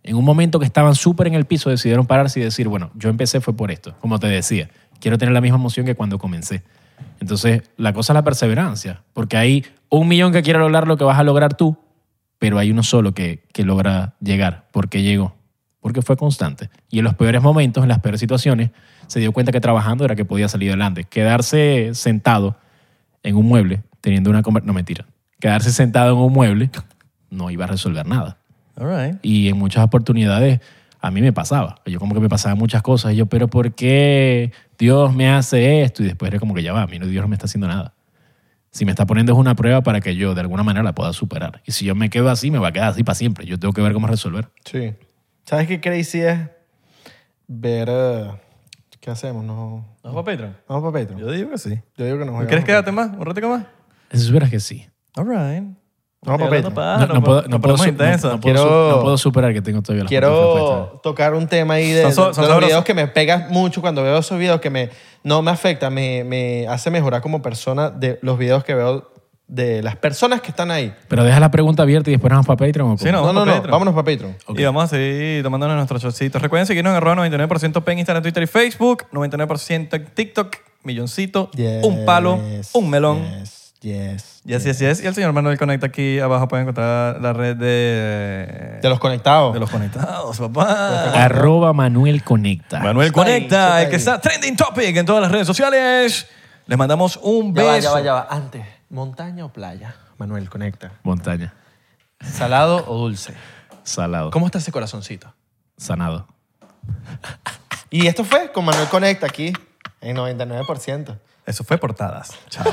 En un momento que estaban súper en el piso, decidieron pararse y decir, bueno, yo empecé fue por esto. Como te decía, quiero tener la misma emoción que cuando comencé. Entonces, la cosa es la perseverancia, porque hay un millón que quiere lograr lo que vas a lograr tú, pero hay uno solo que, que logra llegar. ¿Por qué llegó? Porque fue constante. Y en los peores momentos, en las peores situaciones, se dio cuenta que trabajando era que podía salir adelante. Quedarse sentado en un mueble, teniendo una conversación... No, mentira. Quedarse sentado en un mueble no iba a resolver nada. All right. Y en muchas oportunidades a mí me pasaba. Yo como que me pasaban muchas cosas. Y yo, ¿pero por qué Dios me hace esto? Y después era como que ya va, a mí no, Dios no me está haciendo nada. Si me está poniendo es una prueba para que yo de alguna manera la pueda superar. Y si yo me quedo así, me va a quedar así para siempre. Yo tengo que ver cómo resolver. Sí. ¿Sabes qué crazy es? Ver... Uh, ¿Qué hacemos? No, ¿Vamos para Patreon? ¿Vamos para Patreon? Yo digo que sí. Yo digo que nos ¿Quieres quedarte más? ¿Un ratico más? Si supieras que sí. All right. Vamos para Patreon. No, no puedo, no, puedo, su- no, no, puedo Quiero- su- no puedo superar que tengo todavía las cuentas Quiero puestas. tocar un tema ahí de, Son so- de son los sabrosos. videos que me pegan mucho cuando veo esos videos que me, no me afecta, me, me hace mejorar como persona de los videos que veo de las personas que están ahí. Pero deja la pregunta abierta y después nos vamos para Patreon. ¿o cómo? Sí, no. No, vamos no, pa' no, Patreon. vámonos para Patreon. Ok. Y vamos a seguir tomándonos nuestros shotcitos. Recuerden seguirnos en arroba noventa y nueve por ciento P en Instagram, Twitter y Facebook, noventa y nueve por ciento en TikTok, milloncito, un palo, un melón. Yes, yes. Y así, así es. Y el señor Manuel Conecta aquí abajo pueden encontrar la red de... De los conectados. de los conectados, papá. Arroba Manuel Conecta. Manuel Está ahí, Conecta, está el que ahí. está trending topic en todas las redes sociales. Les mandamos un Ya beso. va, ya va, ya va. Antes, ¿montaña o playa? Manuel, conecta. Montaña. ¿Salado o dulce? Salado. ¿Cómo está ese corazoncito? Sanado. Y esto fue con Manuel Conecta aquí en noventa y nueve por ciento. Eso fue portadas. Chao.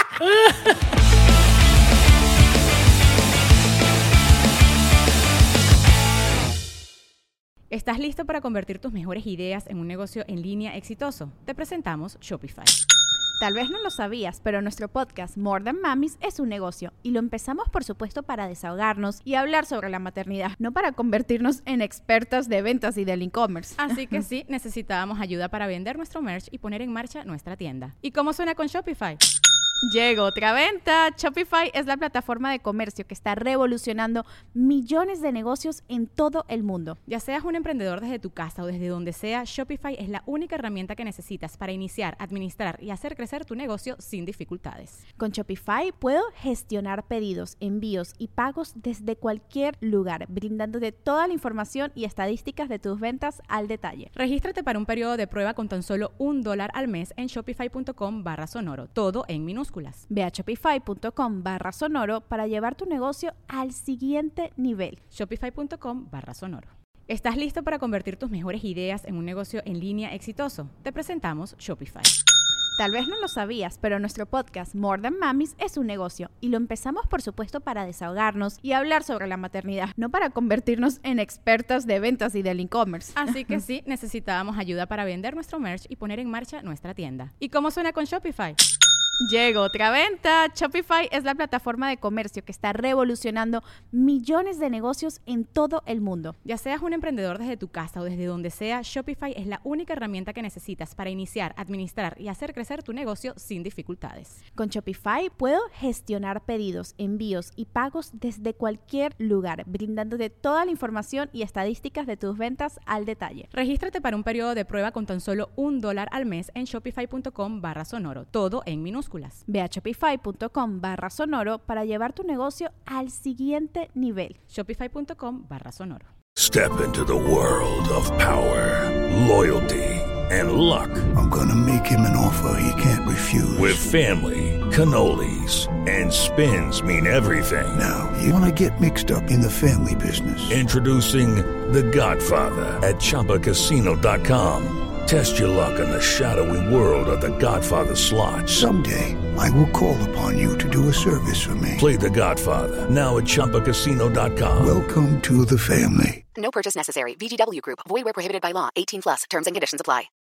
¿Estás listo para convertir tus mejores ideas en un negocio en línea exitoso? Te presentamos Shopify. Tal vez no lo sabías, pero nuestro podcast More Than Mamis es un negocio y lo empezamos por supuesto para desahogarnos y hablar sobre la maternidad, no para convertirnos en expertas de ventas y del e-commerce. Así que sí, necesitábamos ayuda para vender nuestro merch y poner en marcha nuestra tienda. ¿Y cómo suena con Shopify? Llegó otra venta. Shopify es la plataforma de comercio que está revolucionando millones de negocios en todo el mundo. Ya seas un emprendedor desde tu casa o desde donde sea, Shopify es la única herramienta que necesitas para iniciar, administrar y hacer crecer tu negocio sin dificultades. Con Shopify puedo gestionar pedidos, envíos y pagos desde cualquier lugar, brindándote toda la información y estadísticas de tus ventas al detalle. Regístrate para un periodo de prueba con tan solo un dólar al mes en shopify.com barra sonoro, todo en minúsculas. Ve a shopify.com barra sonoro para llevar tu negocio al siguiente nivel. Shopify.com barra sonoro. ¿Estás listo para convertir tus mejores ideas en un negocio en línea exitoso? Te presentamos Shopify. Tal vez no lo sabías, pero nuestro podcast More Than Mamis es un negocio y lo empezamos por supuesto para desahogarnos y hablar sobre la maternidad, no para convertirnos en expertas de ventas y del e-commerce. Así que sí, necesitábamos ayuda para vender nuestro merch y poner en marcha nuestra tienda. ¿Y cómo suena con Shopify? Llegó otra venta. Shopify es la plataforma de comercio que está revolucionando millones de negocios en todo el mundo. Ya seas un emprendedor desde tu casa o desde donde sea, Shopify es la única herramienta que necesitas para iniciar, administrar y hacer crecer tu negocio sin dificultades. Con Shopify puedo gestionar pedidos, envíos y pagos desde cualquier lugar, brindándote toda la información y estadísticas de tus ventas al detalle. Regístrate para un periodo de prueba con tan solo un dólar al mes en shopify.com barra sonoro, todo en minúsculas. Ve a shopify.com barra sonoro para llevar tu negocio al siguiente nivel. Shopify.com barra sonoro. Step into the world of power, loyalty, and luck. I'm gonna make him an offer he can't refuse. With family, cannolis, and spins mean everything. Now, you wanna get mixed up in the family business. Introducing The Godfather at Chumba Casino dot com. Test your luck in the shadowy world of The Godfather slot. Someday, I will call upon you to do a service for me. Play The Godfather now at Chumba Casino dot com. Welcome to the family. No purchase necessary. V G W Group. Void where prohibited by law. eighteen plus. Terms and conditions apply.